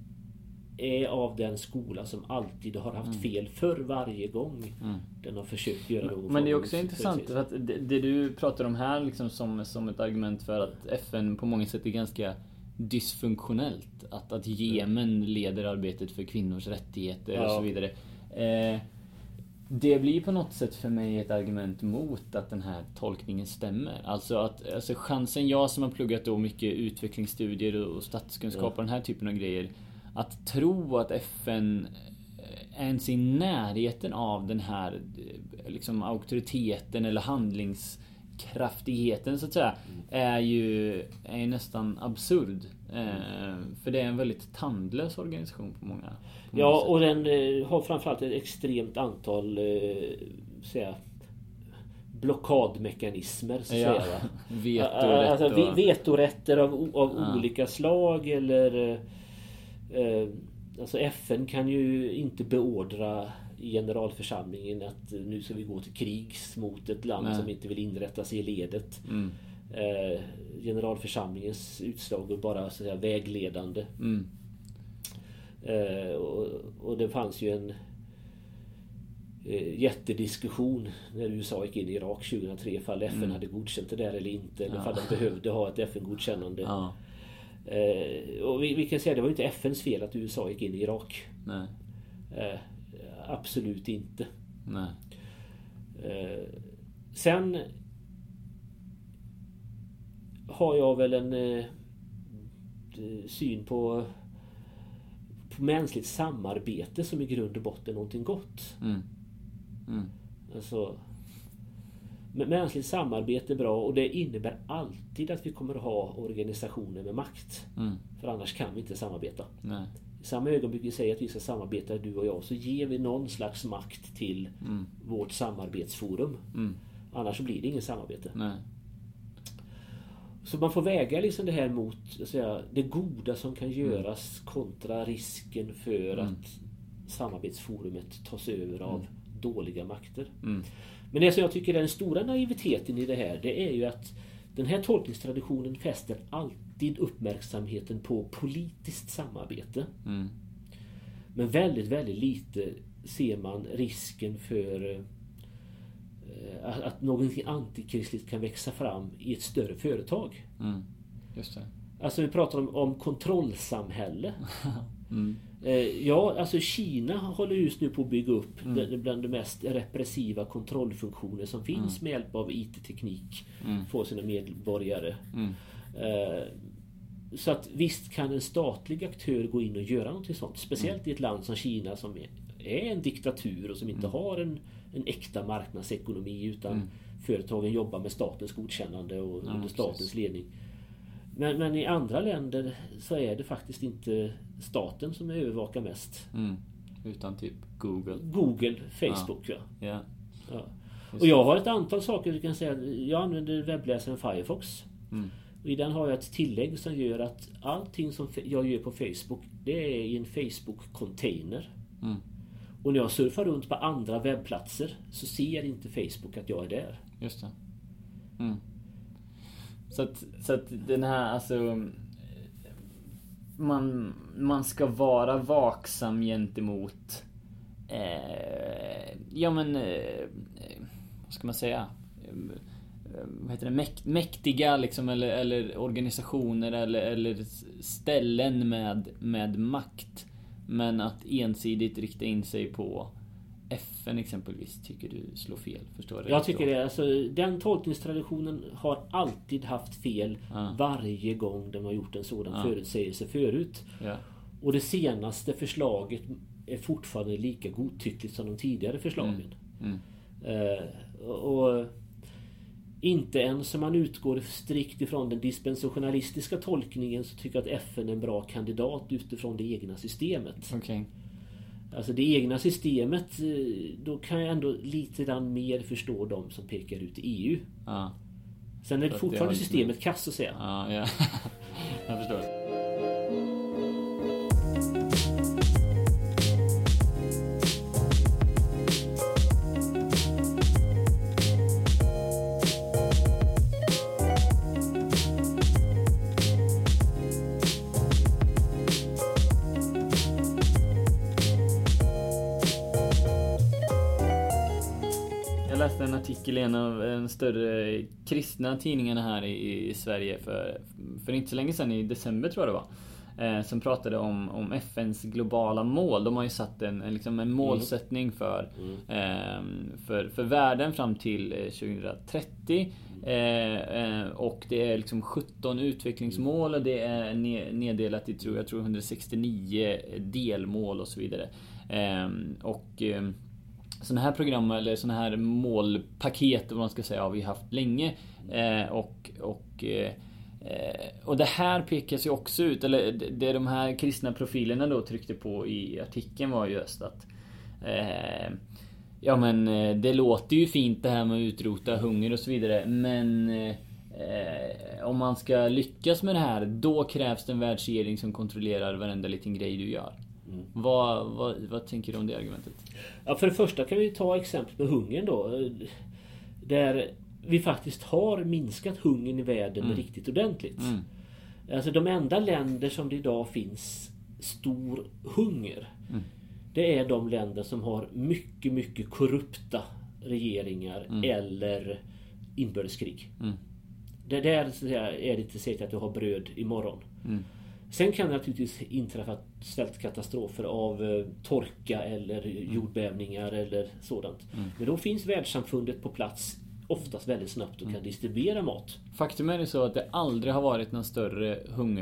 är av den skola som alltid har haft mm. fel för varje gång mm. den har försökt göra något. Men det är också intressant för att det, det du pratar om här liksom som, som ett argument för att F N på många sätt är ganska dysfunktionellt. Att, att Jemen leder arbetet för kvinnors rättigheter ja. och så vidare. Eh, det blir på något sätt för mig ett argument mot att den här tolkningen stämmer. Alltså att alltså chansen, jag som har pluggat då mycket utvecklingsstudier och statskunskap och ja. den här typen av grejer, att tro att F N ens i närheten av den här liksom auktoriteten eller handlingskraftigheten så att säga är ju är nästan absurd. Eh, för det är en väldigt tandlös organisation på många, på ja, många sätt. Och den eh, har framförallt ett extremt antal eh, säga, blockadmekanismer så ja. säga, Vetorätt alltså, och... vetorätter av, av ja. olika slag eller eh, alltså F N kan ju inte beordra i generalförsamlingen att nu ska vi gå till krigs mot ett land Nej. som inte vill inrätta sig i ledet. Mm. Eh, generalförsamlingens utslag är bara så att säga, vägledande. Mm. Eh, och, och det fanns ju en eh, jättediskussion när U S A gick in i Irak tjugohundratre ifall F N mm. hade godkänt det där eller inte. Eller ifall ja. de behövde ha ett F N-godkännande. Ja. Eh, och vi, vi kan säga att det var inte F N:s fel att U S A gick in i Irak. Nej. Eh, absolut inte. Nej. Eh, sen har jag väl en eh, syn på, på mänskligt samarbete som i grund och botten är någonting gott. Mm. Mm. Alltså, mänskligt samarbete är bra och det innebär alltid att vi kommer att ha organisationer med makt. Mm. För annars kan vi inte samarbeta. Nej. I samma ögonblick vi säger att vi ska samarbeta du och jag så ger vi någon slags makt till mm. vårt samarbetsforum. Mm. Annars så blir det ingen samarbete. Nej. Så man får väga liksom det här mot säga, det goda som kan göras mm. kontra risken för mm. att samarbetsforumet tas över av mm. dåliga makter. Mm. Men det som jag tycker är den stora naiviteten i det här, det är ju att den här tolkningstraditionen fäster alltid uppmärksamheten på politiskt samarbete. Mm. Men väldigt, väldigt lite ser man risken för eh, att, att någonting antikristligt kan växa fram i ett större företag. Mm. Just det. Alltså vi pratar om, om kontrollsamhälle. mm. eh, ja, alltså Kina håller just nu på att bygga upp mm. bland de mest repressiva kontrollfunktioner som finns mm. med hjälp av I T-teknik mm. för sina medborgare. Mm. Eh, så att visst kan en statlig aktör gå in och göra något sånt. Speciellt mm. i ett land som Kina som är, är en diktatur och som inte mm. har en, en äkta marknadsekonomi utan mm. företagen jobbar med statens godkännande och ja, under statens precis. ledning. Men, men i andra länder så är det faktiskt inte staten som övervakar mest. Mm. Utan typ Google. Google, Facebook. Ja. Ja. Ja. Ja. Och jag har ett antal saker du kan säga. Jag använder webbläsaren Firefox. Mm. Och i den har jag ett tillägg som gör att allting som jag gör på Facebook, det är i en Facebook-container. Mm. Och när jag surfar runt på andra webbplatser så ser inte Facebook att jag är där. Just det. Mm. Så att, så att den här, alltså man, man ska vara vaksam gentemot eh, ja men eh, vad ska man säga eh, vad heter det, mäkt, mäktiga liksom, eller, eller organisationer eller, eller ställen med, med makt, men att ensidigt rikta in sig på F N exempelvis tycker du slår fel, förstår du? Jag tycker det, alltså, den tolkningstraditionen har alltid haft fel ja. varje gång de har gjort en sådan ja. förutsägelse förut. Ja. Och det senaste förslaget är fortfarande lika godtyckligt som de tidigare förslagen. Mm. Mm. Eh, och inte ens om man utgår strikt ifrån den dispensationalistiska tolkningen så tycker jag att F N är en bra kandidat utifrån det egna systemet. Okay. Alltså det egna systemet, då kan jag ändå lite grann mer förstå dem som pekar ut E U. Ja. Sen är det fortfarande det systemet kass att säga. Ja, ja. Jag förstår. Jag läste en artikel i en av en större kristna tidningarna här i, i Sverige för, för inte så länge sedan, i december tror jag det var, eh, som pratade om, om F N:s globala mål. De har ju satt en, en, liksom en målsättning för, mm. eh, för, för världen fram till tjugohundratrettio. Eh, eh, och det är liksom sjutton utvecklingsmål och det är neddelat i tror jag tror hundrasextionio delmål och så vidare. Eh, och eh, sådana här program eller sådana här målpaket, vad man ska säga, har vi haft länge. Eh, och, och, eh, och det här pekas ju också ut, eller det de här kristna profilerna då tryckte på i artikeln var just att eh, ja men det låter ju fint det här med att utrota hunger och så vidare, men eh, om man ska lyckas med det här, då krävs det en världsregering som kontrollerar varenda liten grej du gör. Mm. Vad, vad, vad tänker du om det argumentet? Ja, för det första kan vi ta exempel med hungern då. Där vi faktiskt har minskat hungern i världen mm. riktigt ordentligt. Mm. Alltså de enda länder som det idag finns stor hunger. Mm. Det är de länder som har mycket, mycket korrupta regeringar mm. eller inbördeskrig. Mm. Det där är det inte säkert att du har bröd imorgon. Mm. Sen kan det naturligtvis inträffa svältkatastrofer av eh, torka eller mm. jordbävningar eller sådant. Mm. Men då finns världssamfundet på plats oftast väldigt snabbt och mm. kan distribuera mat. Faktum är det så att det aldrig har varit någon större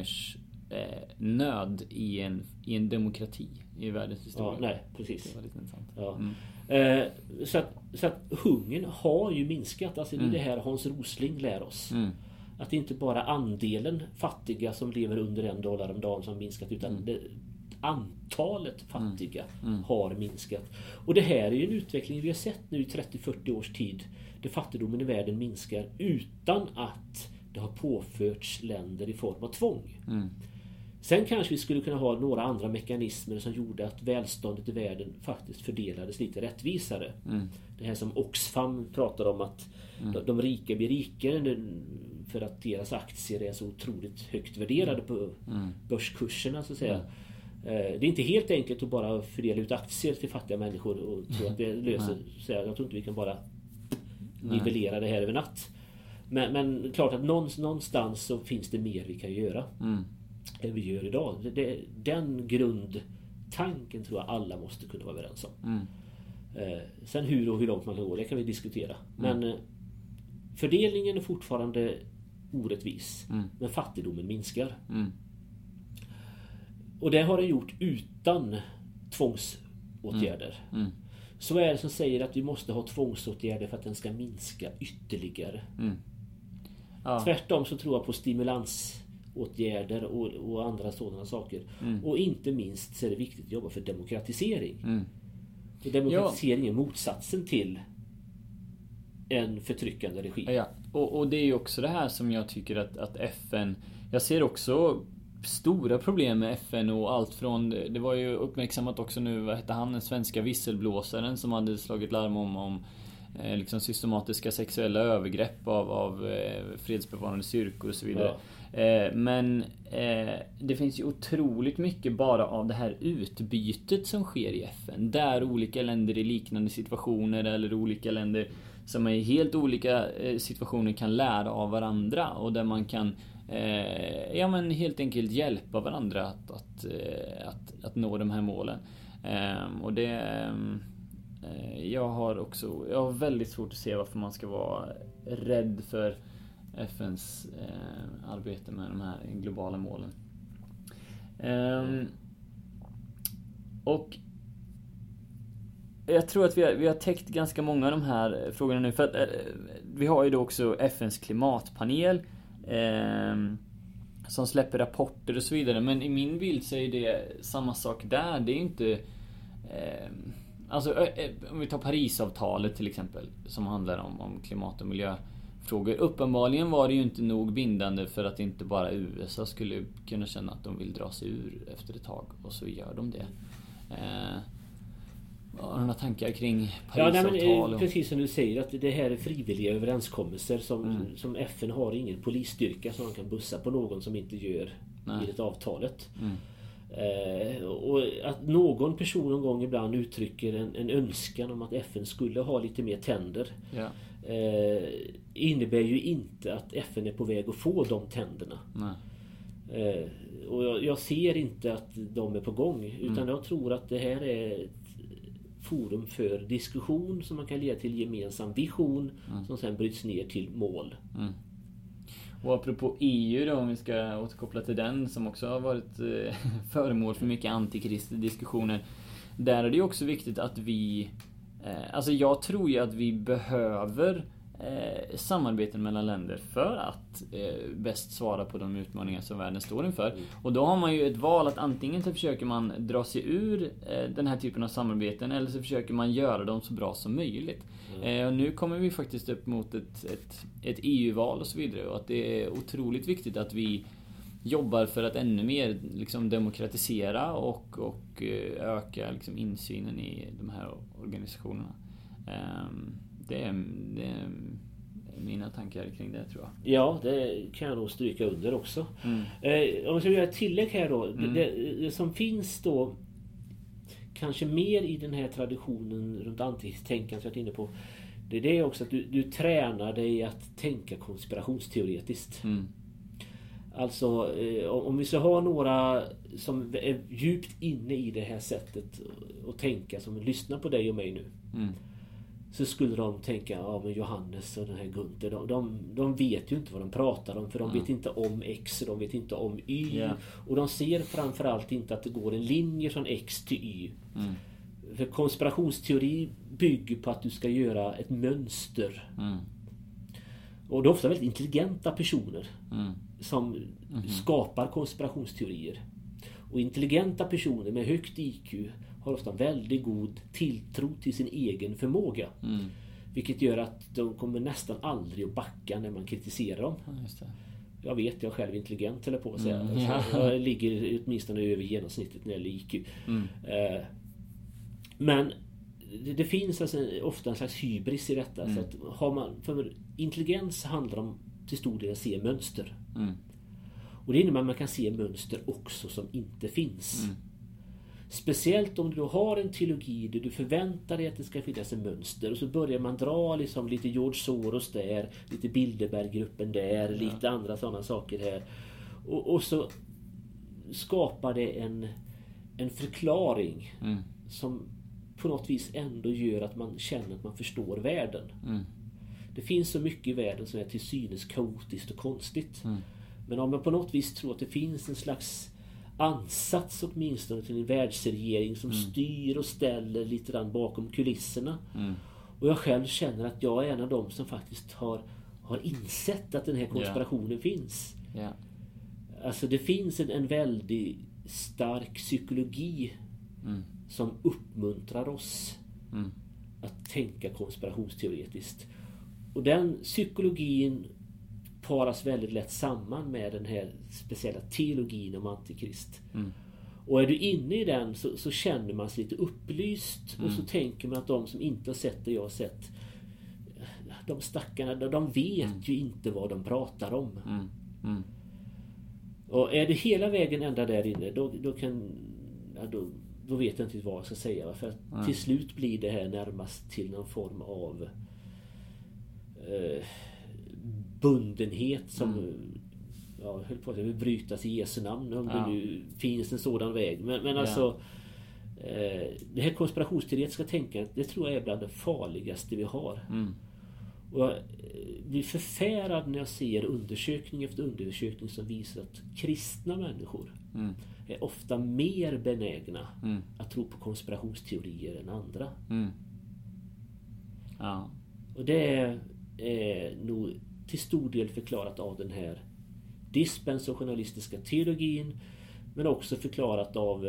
hungersnöd eh, i, en, i en demokrati i världens historia. Ja, nej, precis. Det var lite intressant. Ja. Mm. Eh, så, att, så att hungern har ju minskat. Alltså mm. det är det här Hans Rosling lär oss. Mm. Att det inte bara andelen fattiga som lever under en dollar om dagen som har minskat, utan mm. det, antalet fattiga mm. Mm. har minskat. Och det här är ju en utveckling vi har sett nu i trettio till fyrtio års tid. Där fattigdomen i världen minskar utan att det har påförts länder i form av tvång. Mm. Sen kanske vi skulle kunna ha några andra mekanismer som gjorde att välståndet i världen faktiskt fördelades lite rättvisare. Mm. Det här som Oxfam pratar om, att mm. de, de rika blir rikare för att deras aktier är så otroligt högt värderade på mm. börskurserna så att säga. Mm. Det är inte helt enkelt att bara fördela ut aktier till fattiga människor och tro att det löser sig. Jag tror inte vi kan bara nivellera det här över natt. Men, men klart att någonstans så finns det mer vi kan göra mm. än vi gör idag. Det, det, den grundtanken tror jag alla måste kunna vara överens om. Mm. Eh, sen hur och hur långt man kan gå, det kan vi diskutera. Mm. Men eh, fördelningen är fortfarande orättvis. Mm. Men fattigdomen minskar. Mm. Och det har det gjort utan tvångsåtgärder. Mm. Mm. Så är det som säger att vi måste ha tvångsåtgärder för att den ska minska ytterligare. Mm. Ja. Tvärtom så tror jag på stimulansåtgärder och, och andra sådana saker. Mm. Och inte minst så är det viktigt att jobba för demokratisering. Mm. Och demokratisering ja. är motsatsen till en förtryckande regim. Ja. Och, och det är ju också det här som jag tycker att, att F N... Jag ser också stora problem med F N och allt från... Det var ju uppmärksammat också nu, vad hette han, den svenska visselblåsaren som hade slagit larm om, om eh, liksom systematiska sexuella övergrepp av, av eh, fredsbevarande styrkor och så vidare. Ja. Eh, men eh, det finns ju otroligt mycket bara av det här utbytet som sker i F N. Där olika länder i liknande situationer eller olika länder som är i helt olika eh, situationer kan lära av varandra och där man kan Eh, ja men helt enkelt hjälpa varandra att, att, eh, att, att nå de här målen. Eh, och det eh, jag har också jag har väldigt svårt att se varför man ska vara rädd för F N:s eh, arbete med de här globala målen. Eh, och jag tror att vi har, vi har täckt ganska många av de här frågorna nu. För att eh, vi har ju då också F N:s klimatpanel eh, som släpper rapporter och så vidare. Men i min bild så är det samma sak där. Det är ju inte... Eh, alltså eh, om vi tar Parisavtalet till exempel, som handlar om, om klimat- och miljöfrågor. Uppenbarligen var det ju inte nog bindande för att inte bara U S A skulle kunna känna att de vill dra sig ur efter ett tag. Och så gör de det. Eh, Har du några tankar kring Parisavtal? Ja, nej, precis som du säger, att det här är frivilliga överenskommelser som, mm. som F N har ingen polisstyrka som de kan bussa på någon som inte gör enligt avtalet. Mm. Eh, och att någon person någon gång ibland uttrycker en, en önskan om att F N skulle ha lite mer tänder ja. eh, innebär ju inte att F N är på väg att få de tänderna. Nej. Eh, och jag, jag ser inte att de är på gång, utan mm. jag tror att det här är ett forum för diskussion som man kan leda till gemensam vision mm. som sen bryts ner till mål. Mm. Och apropå E U då, om vi ska återkoppla till den som också har varit eh, föremål för mycket antikristdiskussioner. Där är det ju också viktigt att vi eh, alltså jag tror ju att vi behöver eh, samarbeten mellan länder för att eh, bäst svara på de utmaningar som världen står inför. Mm. Och då har man ju ett val att antingen så försöker man dra sig ur eh, den här typen av samarbeten, eller så försöker man göra dem så bra som möjligt. Mm. Eh, och nu kommer vi faktiskt upp mot ett, ett, ett E U-val och så vidare, och att det är otroligt viktigt att vi jobbar för att ännu mer liksom demokratisera och, och öka liksom insynen i de här organisationerna. Um, Det är, det är mina tankar kring det, tror jag. Ja, det kan jag nog stryka under också. Mm. Eh, om jag ska göra ett tillägg här då. Mm. Det, det som finns då kanske mer i den här traditionen runt antitänkandet som jag är inne på. Det är det också att du, du tränar dig att tänka konspirationsteoretiskt. Mm. Alltså eh, om vi ska ha några som är djupt inne i det här sättet att tänka, som lyssnar på dig och mig nu. Mm. Så skulle de tänka, ja men Johannes och den här Gunther, de, de, de vet ju inte vad de pratar om, för de mm. vet inte om X, de vet inte om Y. Yeah. Och de ser framförallt inte att det går en linje från X till Y. Mm. För konspirationsteori bygger på att du ska göra ett mönster. Mm. Och det är ofta väldigt intelligenta personer mm. som mm. skapar konspirationsteorier. Och intelligenta personer med högt I Q har ofta väldigt god tilltro till sin egen förmåga. Mm. Vilket gör att de kommer nästan aldrig att backa när man kritiserar dem. Ja, just det. Jag vet, jag är själv intelligent eller på att säga. Mm. Jag ligger åtminstone över genomsnittet när det gäller I Q. Mm. Eh, men det, det finns alltså ofta en slags hybris i detta. Mm. Så att har man, för intelligens handlar om till stor del att se mönster. Mm. Och det innebär att man kan se mönster också som inte finns. Mm. Speciellt om du har en teologi där du förväntar dig att det ska finnas en mönster, och så börjar man dra liksom lite George Soros där, lite Bilderberggruppen där, ja. lite andra sådana saker här. Och, och så skapar det en, en förklaring mm. som på något vis ändå gör att man känner att man förstår världen. Mm. Det finns så mycket i världen som är till synes kaotiskt och konstigt. Mm. Men om man på något vis tror att det finns en slags ansats åtminstone till en världsregering som mm. styr och ställer lite grann bakom kulisserna. Mm. Och jag själv känner att jag är en av dem som faktiskt har, har insett att den här konspirationen yeah. finns. Yeah. Alltså det finns en, en väldigt stark psykologi mm. som uppmuntrar oss mm. att tänka konspirationsteoretiskt. Och den psykologin paras väldigt lätt samman med den här speciella teologin om antikrist. Mm. Och är du inne i den så, så känner man sig lite upplyst mm. och så tänker man att de som inte har sett det jag har sett, de stackarna, de vet mm. ju inte vad de pratar om. Mm. Mm. Och är det hela vägen ända där inne, då, då kan ja, då, då vet jag inte vad jag ska säga. För att mm. till slut blir det här närmast till någon form av eh, bundenhet som mm. ja, höll på att vill brytas i Jesu namn, om ja. det nu finns en sådan väg. Men, men alltså ja. eh, det här konspirationsteoretiska tänkandet, det tror jag är bland det farligaste vi har. Mm. Och jag blir förfärad när jag ser undersökning efter undersökning som visar att kristna människor mm. är ofta mer benägna mm. att tro på konspirationsteorier än andra. Mm. Ja. Och det är, är nog till stor del förklarat av den här dispensationalistiska teologin, men också förklarat av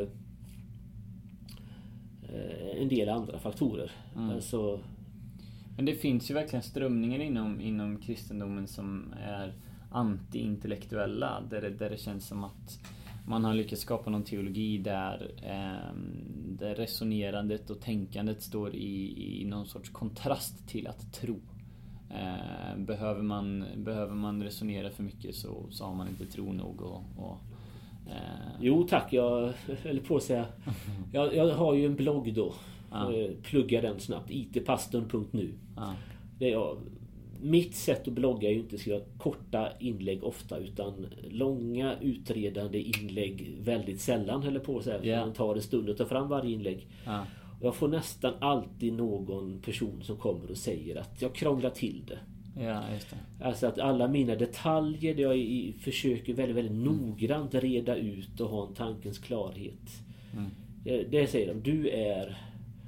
eh, en del andra faktorer. Mm. Alltså, men det finns ju verkligen strömningar inom, inom kristendomen som är anti-intellektuella, där det, där det känns som att man har lyckats skapa någon teologi där, eh, där resonerandet och tänkandet står i, i någon sorts kontrast till att tro. Eh, behöver, man, behöver man resonera för mycket så, så har man inte tro nog. Och, och, eh. Jo tack, jag höll på att säga. Jag, jag har ju en blogg då. Ah. Plugga den snabbt. i t pastorn punkt nu. Ah. Det är, mitt sätt att blogga är ju inte att skriva korta inlägg ofta, utan långa utredande inlägg väldigt sällan, eller på så här. Yeah. Man tar en stund och tar fram varje inlägg. Ah. Och jag får nästan alltid någon person som kommer och säger att jag krånglar till det. Ja, just det. Alltså att alla mina detaljer, där jag i, försöker väldigt, väldigt mm. noggrant reda ut och ha en tankens klarhet. Mm. Det, det säger de, du är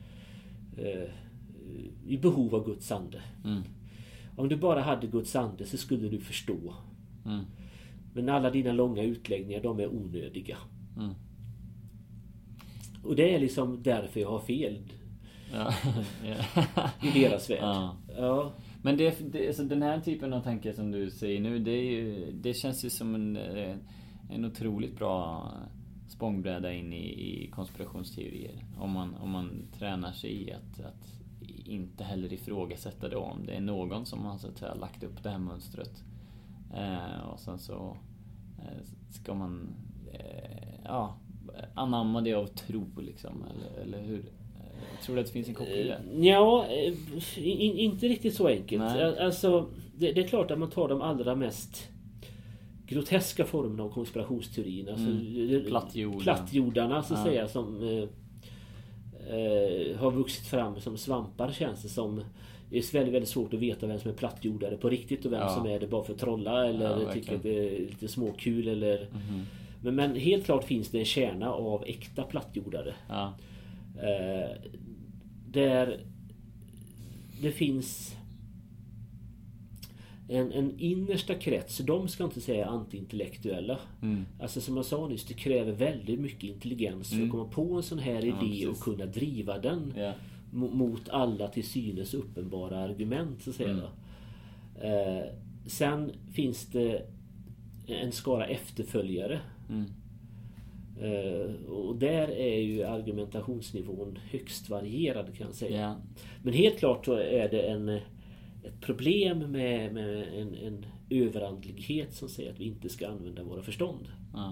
eh, i behov av Guds ande. Mm. Om du bara hade Guds ande så skulle du förstå. Mm. Men alla dina långa utläggningar, de är onödiga. Mm. Och det är liksom därför jag har fel. Ja. I deras värld. Ja. Ja. Men det, det, alltså den här typen av tankar som du säger nu, det, är ju, det känns ju som en, en otroligt bra språngbräda in i, i konspirationsteorier. Om man, om man tränar sig i att, att inte heller ifrågasätta det, om det är någon som har så att säga lagt upp det här mönstret. Eh, och sen så eh, ska man eh, ja, anamma det av tro liksom, eller, eller hur? Jag tror att det finns en koppling där. Ja, in, inte riktigt så enkelt. Nej. Alltså, det, det är klart att man tar de allra mest groteska formerna av konspirationsteorin. Alltså, mm. Plattjorda. Plattjordarna så att ja. säga, som eh, eh, har vuxit fram som svampar, känns det som. Det är väldigt, väldigt svårt att veta vem som är plattjordare på riktigt och vem ja. som är det bara för att trolla eller ja, tycker att det är lite småkul eller... Mm-hmm. Men, men helt klart finns det en kärna av äkta plattjordare. Ja. Eh, där det finns en, en innersta krets, de ska inte säga antiintellektuella. Mm. Alltså som jag sa nyss, det kräver väldigt mycket intelligens mm. för att komma på en sån här ja, idé precis. Och kunna driva den yeah. mot alla till synes uppenbara argument, så att säga. Mm. Eh, sen finns det en skara efterföljare. Mm. Uh, och där är ju argumentationsnivån högst varierad, kan jag säga. Yeah. Men helt klart så är det en, ett problem med, med en, en överandlighet som säger att vi inte ska använda våra förstånd. Uh.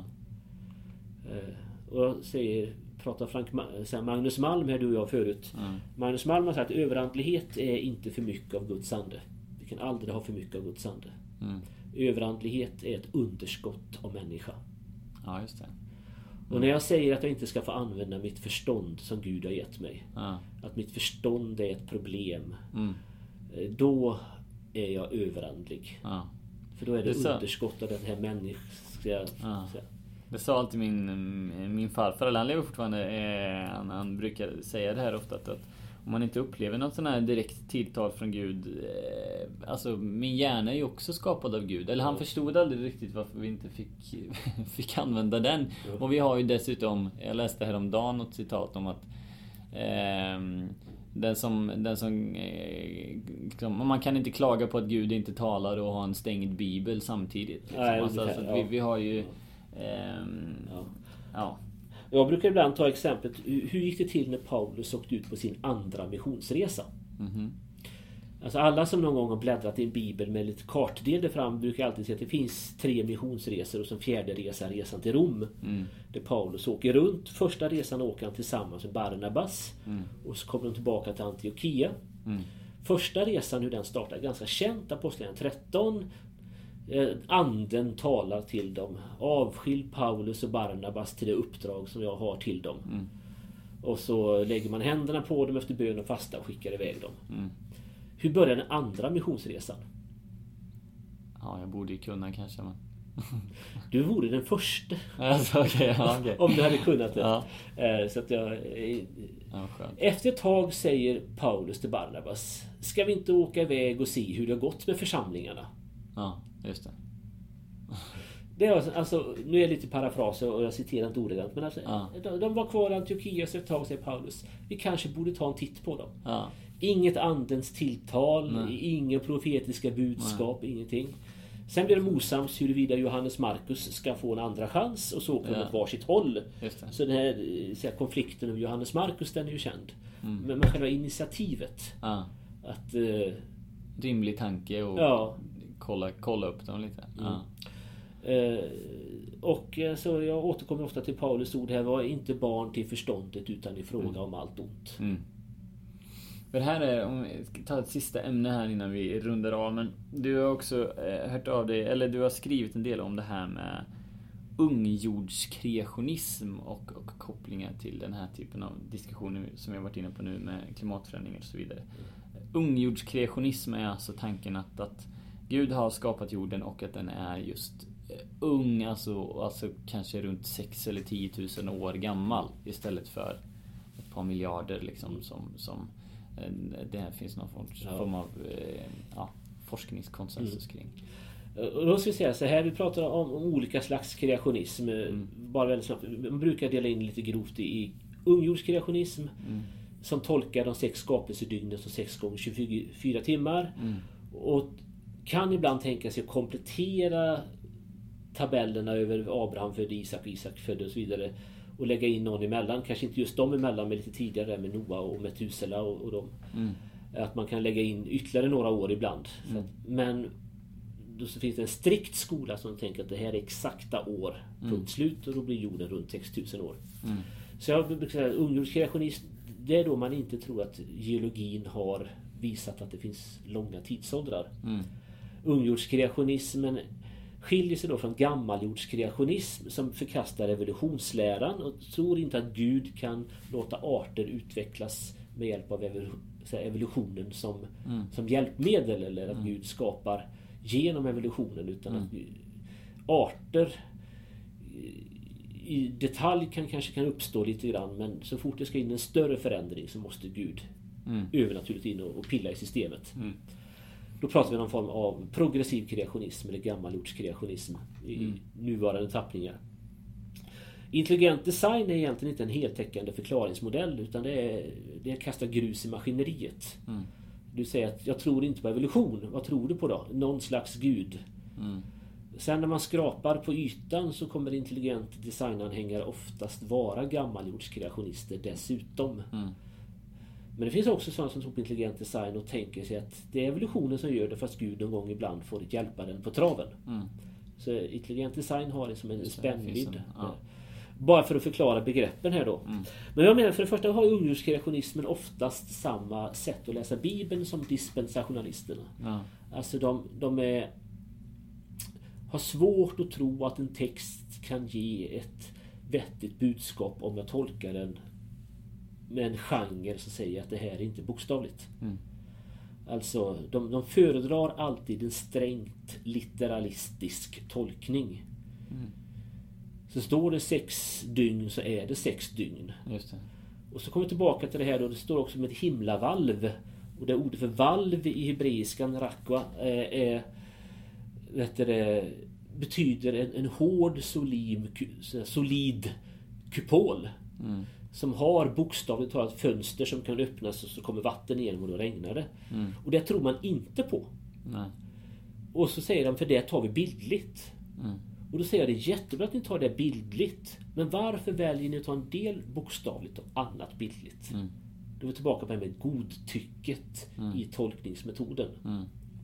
Uh, och jag säger, pratar Frank Magnus Malm här, du och jag förut. Uh. Magnus Malm har sagt att överandlighet är inte för mycket av Guds ande. Vi kan aldrig ha för mycket av Guds ande. Mm. Överandlighet är ett underskott av människa. Ja, just det. Mm. Och när jag säger att jag inte ska få använda mitt förstånd som Gud har gett mig, ja. att mitt förstånd är ett problem, mm. då är jag överandlig. Ja. För då är det, det underskott av den här människa. Ja. Det sa alltid min, min farfar, eller han lever fortfarande, eh, han, han brukar säga det här ofta, att, att om man inte upplever något sån här direkt tilltal från Gud, eh, alltså min hjärna är ju också skapad av Gud, eller han ja. förstod aldrig riktigt varför vi inte fick, fick använda den. Ja. Och vi har ju dessutom, jag läste häromdagen något citat om att eh, den som, den som eh, man kan inte klaga på att Gud inte talar och ha en stängd bibel samtidigt liksom. Nej, alltså, alltså, ja. vi, vi har ju eh, ja. ja. Jag brukar ibland ta exemplet, hur gick det till när Paulus åkte ut på sin andra missionsresa? Mm-hmm. Alltså alla som någon gång har bläddrat i en bibel med lite kartdel där fram brukar alltid säga att det finns tre missionsresor och som fjärde resa resan till Rom. Mm. Där Paulus åker runt. Första resan åker han tillsammans med Barnabas. Mm. Och så kommer de tillbaka till Antiochia. Mm. Första resan, hur den startar, ganska känt. Apostlagärningarna tretton. Anden talar till dem. Avskilj Paulus och Barnabas till det uppdrag som jag har till dem. Mm. Och så lägger man händerna på dem efter bön och fasta och skickar iväg dem. Mm. Hur började den andra missionsresan? Ja, jag borde ju kunna kanske, men... Du vore den första. Alltså, okay, ja, okay. Om du hade kunnat det. Ja. Så att jag... Ja, skönt. Efter ett tag säger Paulus till Barnabas: ska vi inte åka iväg och se hur det har gått med församlingarna? Ja, just det. Det är alltså, nu är det lite parafraser och jag citerar inte ordagrant, men alltså, ja. de, de var kvar i Antiochia så ett tag, säger Paulus. Vi kanske borde ta en titt på dem. Ja. Inget andens tilltal, Nej. Inga profetiska budskap, Nej. Ingenting. Sen blir det osams huruvida Johannes Markus ska få en andra chans, och så kommer ja. åt varsitt håll. Så den här så här, konflikten om Johannes Markus, den är ju känd. Mm. Men, men själva initiativet ja. att eh, rimlig tanke och ja. kolla, kolla upp dem lite. Mm. Ja. Eh, och så jag återkommer ofta till Paulus ord här: var inte barn till förståndet, utan i fråga mm. om allt ont. Mm. För här är, om vi ska ta ett sista ämne här innan vi rundar av, men du har också eh, hört av dig, eller du har skrivit en del om det här med ungjordskreationism och, och kopplingar till den här typen av diskussioner som jag varit inne på nu med klimatförändringar och så vidare. Mm. Ungjordskreationism är alltså tanken att, att Gud har skapat jorden och att den är just eh, ung, alltså, alltså kanske runt sex eller tio tusen år gammal istället för ett par miljarder liksom, som, som det här finns någon form, ja. form av eh, ja, forskningskonsensus kring. Och då ska vi säga så här, vi pratar om, om olika slags kreationism. Mm. Bara väldigt snabbt. Man brukar dela in lite grovt i, i ungjordskreationism mm. som tolkar de sex skapelsedygnen som sex gånger tjugofyra timmar. Mm. Och kan ibland tänka sig att komplettera tabellerna över Abraham födde Isak, Isak födde och så vidare, och lägga in någon emellan. Kanske inte just de emellan, men lite tidigare med Noa och Metusela och, och dem. Mm. Att man kan lägga in ytterligare några år ibland. Mm. Att, men då så finns det en strikt skola som tänker att det här är exakta år. Mm. Punkt slut, och då blir jorden runt sex tusen år. Mm. Så jag brukar säga att ungjordskreationism, det är då man inte tror att geologin har visat att det finns långa tidsåldrar. Mm. Ungjordskreationismen skiljer sig då från gammaljordskreationism som förkastar evolutionsläran och tror inte att Gud kan låta arter utvecklas med hjälp av evolutionen som, mm. som hjälpmedel, eller att mm. Gud skapar genom evolutionen, utan mm. att arter i detalj kan kanske kan uppstå lite grann, men så fort det ska in en större förändring så måste Gud mm. övernaturligt in och, och pilla i systemet. Mm. Då pratar vi om någon form av progressiv kreationism eller gammaljordskreationism i mm. nuvarande tappningar. Intelligent design är egentligen inte en heltäckande förklaringsmodell, utan det är, det är att kasta grus i maskineriet. Mm. Du säger att jag tror inte på evolution. Vad tror du på då? Någon slags gud. Mm. Sen när man skrapar på ytan så kommer intelligent designanhängare oftast vara gammaljordskreationister dessutom. Mm. Men det finns också sådana som tror på intelligent design och tänker sig att det är evolutionen som gör det, fast Gud någon gång ibland får hjälpa den på traven. Mm. Så intelligent design har det som en spännvidd. Ja. Bara för att förklara begreppen här då. Mm. Men jag menar, för det första har ungjordskreationismen oftast samma sätt att läsa Bibeln som dispensationalisterna. Ja. Alltså de, de är, har svårt att tro att en text kan ge ett vettigt budskap om jag tolkar den med en genre som säger att det här är inte bokstavligt. Mm. Alltså, de, de föredrar alltid en strängt literalistisk tolkning. Mm. Så står det sex dygn så är det sex dygn. Just det. Och så kommer vi tillbaka till det här då, det står också med ett himlavalv. Och det ordet för valv i hebreiskan, rakwa, är, är vet det, betyder en, en hård, solid, solid kupol. Mm. Som har bokstavligt talat fönster som kan öppnas och så kommer vatten igenom och då regnar det. Mm. Och det tror man inte på. Nej. Och så säger de, för det tar vi bildligt. Mm. Och då säger jag, det är jättebra att ni tar det bildligt. Men varför väljer ni att ta en del bokstavligt och annat bildligt? Mm. Då är vi tillbaka på det med godtycket mm. i tolkningsmetoden. Mm.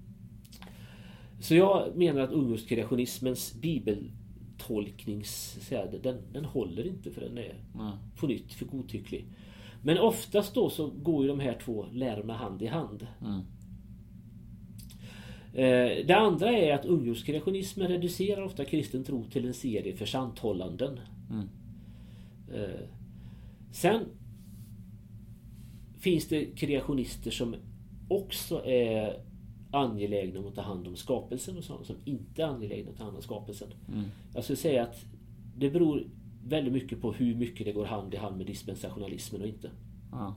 Så jag menar att ungjordskreationismens bibeltolknings den, den håller inte, för den är mm. på nytt för godtycklig. Men oftast då så går ju de här två lärorna hand i hand. Mm. Det andra är att ungjordskreationismen reducerar ofta kristen tro till en serie försanthållanden. Mm. Sen finns det kreationister som också är angelägna om att ta hand om skapelsen och sådana som inte är angelägna att ta hand om skapelsen. Mm. Jag skulle säga att det beror väldigt mycket på hur mycket det går hand i hand med dispensationalismen och inte. Ja.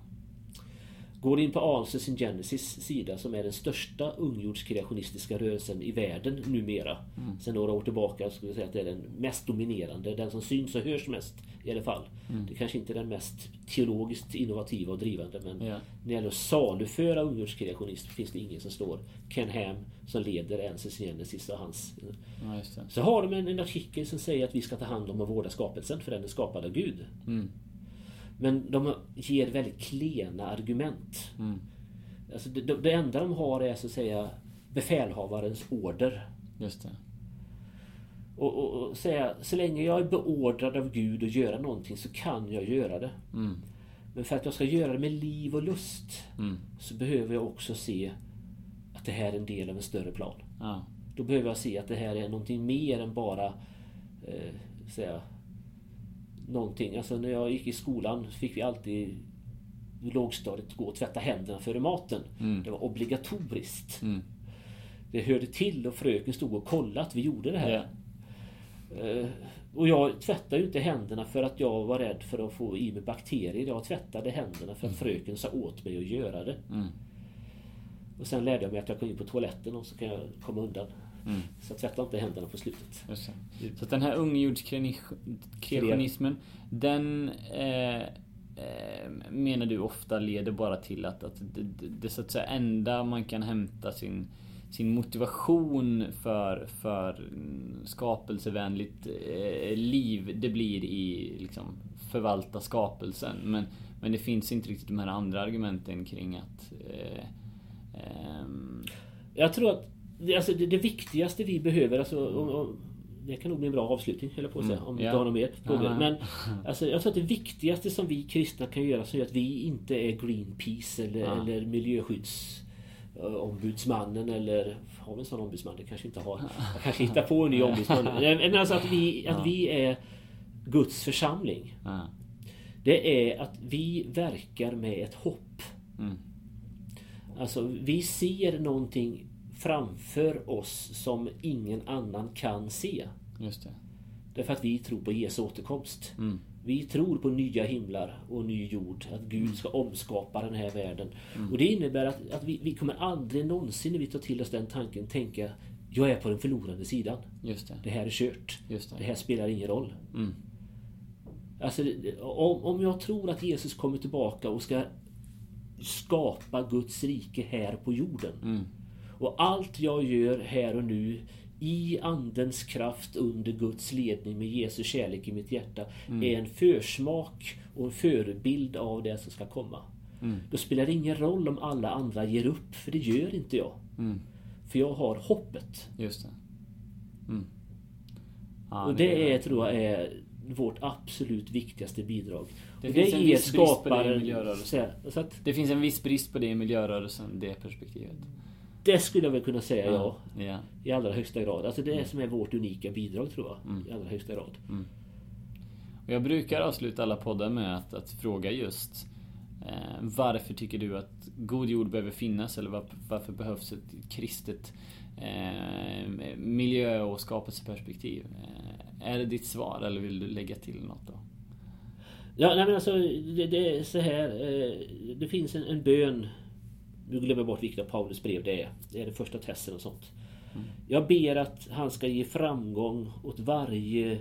Går in på Answers in Genesis sida, som är den största ungjordskreationistiska rörelsen i världen numera. Mm. Sen några år tillbaka skulle jag säga att det är den mest dominerande, den som syns och hörs mest i alla fall. Mm. Det kanske inte är den mest teologiskt innovativa och drivande, men ja. När det gäller att saluföra ungjordskreationism finns det ingen som står. Ken Ham som leder Answers in Genesis och hans. Ja, just det. Så har de en, en artikel som säger att vi ska ta hand om och vårda skapelsen, för den är skapad av Gud. Mm. Men de ger väldigt klena argument. Mm. Alltså det, det enda de har är så att säga befälhavarens order. Just det. Och, och, och säga, så länge jag är beordrad av Gud att göra någonting så kan jag göra det. Mm. Men för att jag ska göra det med liv och lust mm. så behöver jag också se att det här är en del av en större plan. Ja. Då behöver jag se att det här är någonting mer än bara eh, säga någonting. Alltså när jag gick i skolan fick vi alltid i lågstadiet gå och tvätta händerna före maten. Mm. Det var obligatoriskt. Mm. Det hörde till och fröken stod och kollade att vi gjorde det här. Yeah. Uh, och jag tvättade ju inte händerna för att jag var rädd för att få i mig bakterier. Jag tvättade händerna för att fröken sa åt mig att göra det. Mm. Och sen lärde jag mig att jag kan in på toaletten och så kan jag komma undan. Mm. Så jag tvättar inte händerna på slutet. Just det. Så att den här ungjordskreationismen, den eh, eh, menar du ofta leder bara till att, att det, det, det så att säga enda man kan hämta sin, sin motivation för, för skapelsevänligt eh, liv, det blir i liksom förvalta skapelsen. Men, men det finns inte riktigt de här andra argumenten kring att eh, eh, jag tror att Det, alltså det, det viktigaste vi behöver, alltså, och, och, det kan nog bli en bra avslutning eller på att säga, om vi inte har något mer frågor. Men alltså, jag tror att det viktigaste som vi kristna kan göra så är att vi inte är Greenpeace eller, ja. eller miljöskyddsombudsmannen eller har vi en sån ombudsman? Det kanske inte har. Jag kanske hittar på en ny ombudsman. Men alltså att vi, att vi är Guds församling. Ja. Det är att vi verkar med ett hopp. Mm. Alltså vi ser någonting framför oss som ingen annan kan se. Just det. Därför att vi tror på Jesu återkomst. Mm. Vi tror på nya himlar och ny jord. Att Gud ska omskapa den här världen. Mm. Och det innebär att, att vi, vi kommer aldrig någonsin när vi tar till oss den tanken tänka jag är på den förlorande sidan. Just det. Det här är kört. Just det. Det här spelar ingen roll. Mm. Alltså, om, om jag tror att Jesus kommer tillbaka och ska skapa Guds rike här på jorden. Mm. Och allt jag gör här och nu i andens kraft under Guds ledning med Jesu kärlek i mitt hjärta mm. är en försmak och en förebild av det som ska komma. Mm. Då spelar det ingen roll om alla andra ger upp, för det gör inte jag. Mm. För jag har hoppet. Just det. Mm. Ja, och det, det är, tror jag är vårt absolut viktigaste bidrag. Det, och finns det en viss brist på det i miljörörelsen. Så att, det finns en viss brist på det i miljörörelsen, det perspektivet. Det skulle jag väl kunna säga ja, ja. ja. I allra högsta grad. Alltså det är mm. som är vårt unika bidrag tror jag. Mm. I allra högsta grad. Mm. Och jag brukar avsluta alla poddar med att, att fråga just eh, varför tycker du att god jord behöver finnas? Eller var, varför behövs ett kristet eh, miljö- och skapelseperspektiv? Eh, är det ditt svar eller vill du lägga till något då? Ja, nej men alltså det, det är så här. Eh, det finns en, en bön. Nu glömmer jag bort vilket Paulus brev det är. Det är det första testen och sånt. Mm. Jag ber att han ska ge framgång åt varje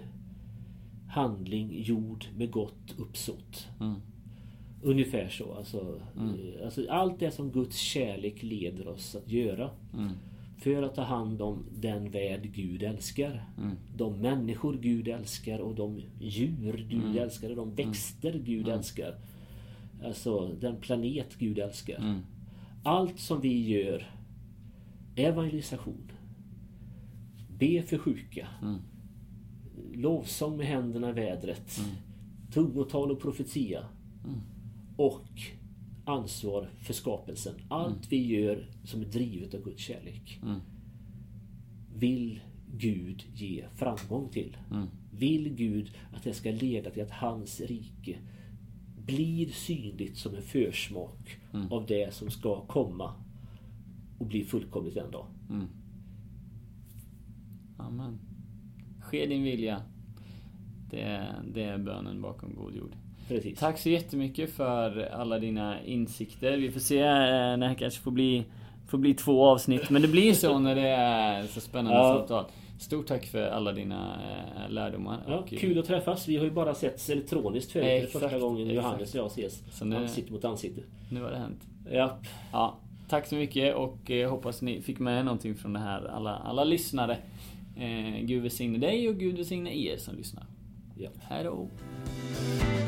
handling gjord med gott uppsåt. Mm. Ungefär så. Alltså, mm. alltså allt det som Guds kärlek leder oss att göra. Mm. För att ta hand om den värld Gud älskar. Mm. De människor Gud älskar och de djur Gud mm. älskar och de växter Gud mm. älskar. Alltså den planet Gud älskar. Mm. Allt som vi gör, evangelisation, be för sjuka, mm. lovsång med händerna i vädret, mm. tungotal och profetia mm. och ansvar för skapelsen. Allt mm. vi gör som är drivet av Guds kärlek mm. vill Gud ge framgång till. Mm. Vill Gud att det ska leda till att hans rike blir synligt som en försmak mm. av det som ska komma och bli fullkomligt en dag. Mm. Amen. Ske din vilja. Det är, det är bönen bakom god jord. Precis. Tack så jättemycket för alla dina insikter. Vi får se när det här kanske får bli, får bli två avsnitt. Men det blir så när det är så spännande ja. samtal. Stort tack för alla dina äh, lärdomar. Ja, och, kul att träffas. Vi har ju bara setts elektroniskt förut. För första gången exakt. Johannes och jag ses. Så nu, ansikte mot ansikte. Nu har det hänt. Ja. Ja. Tack så mycket och eh, hoppas ni fick med någonting från det här. Alla, alla lyssnare. Eh, Gud välsigne dig och Gud välsigne er som lyssnar. Ja. Hej då.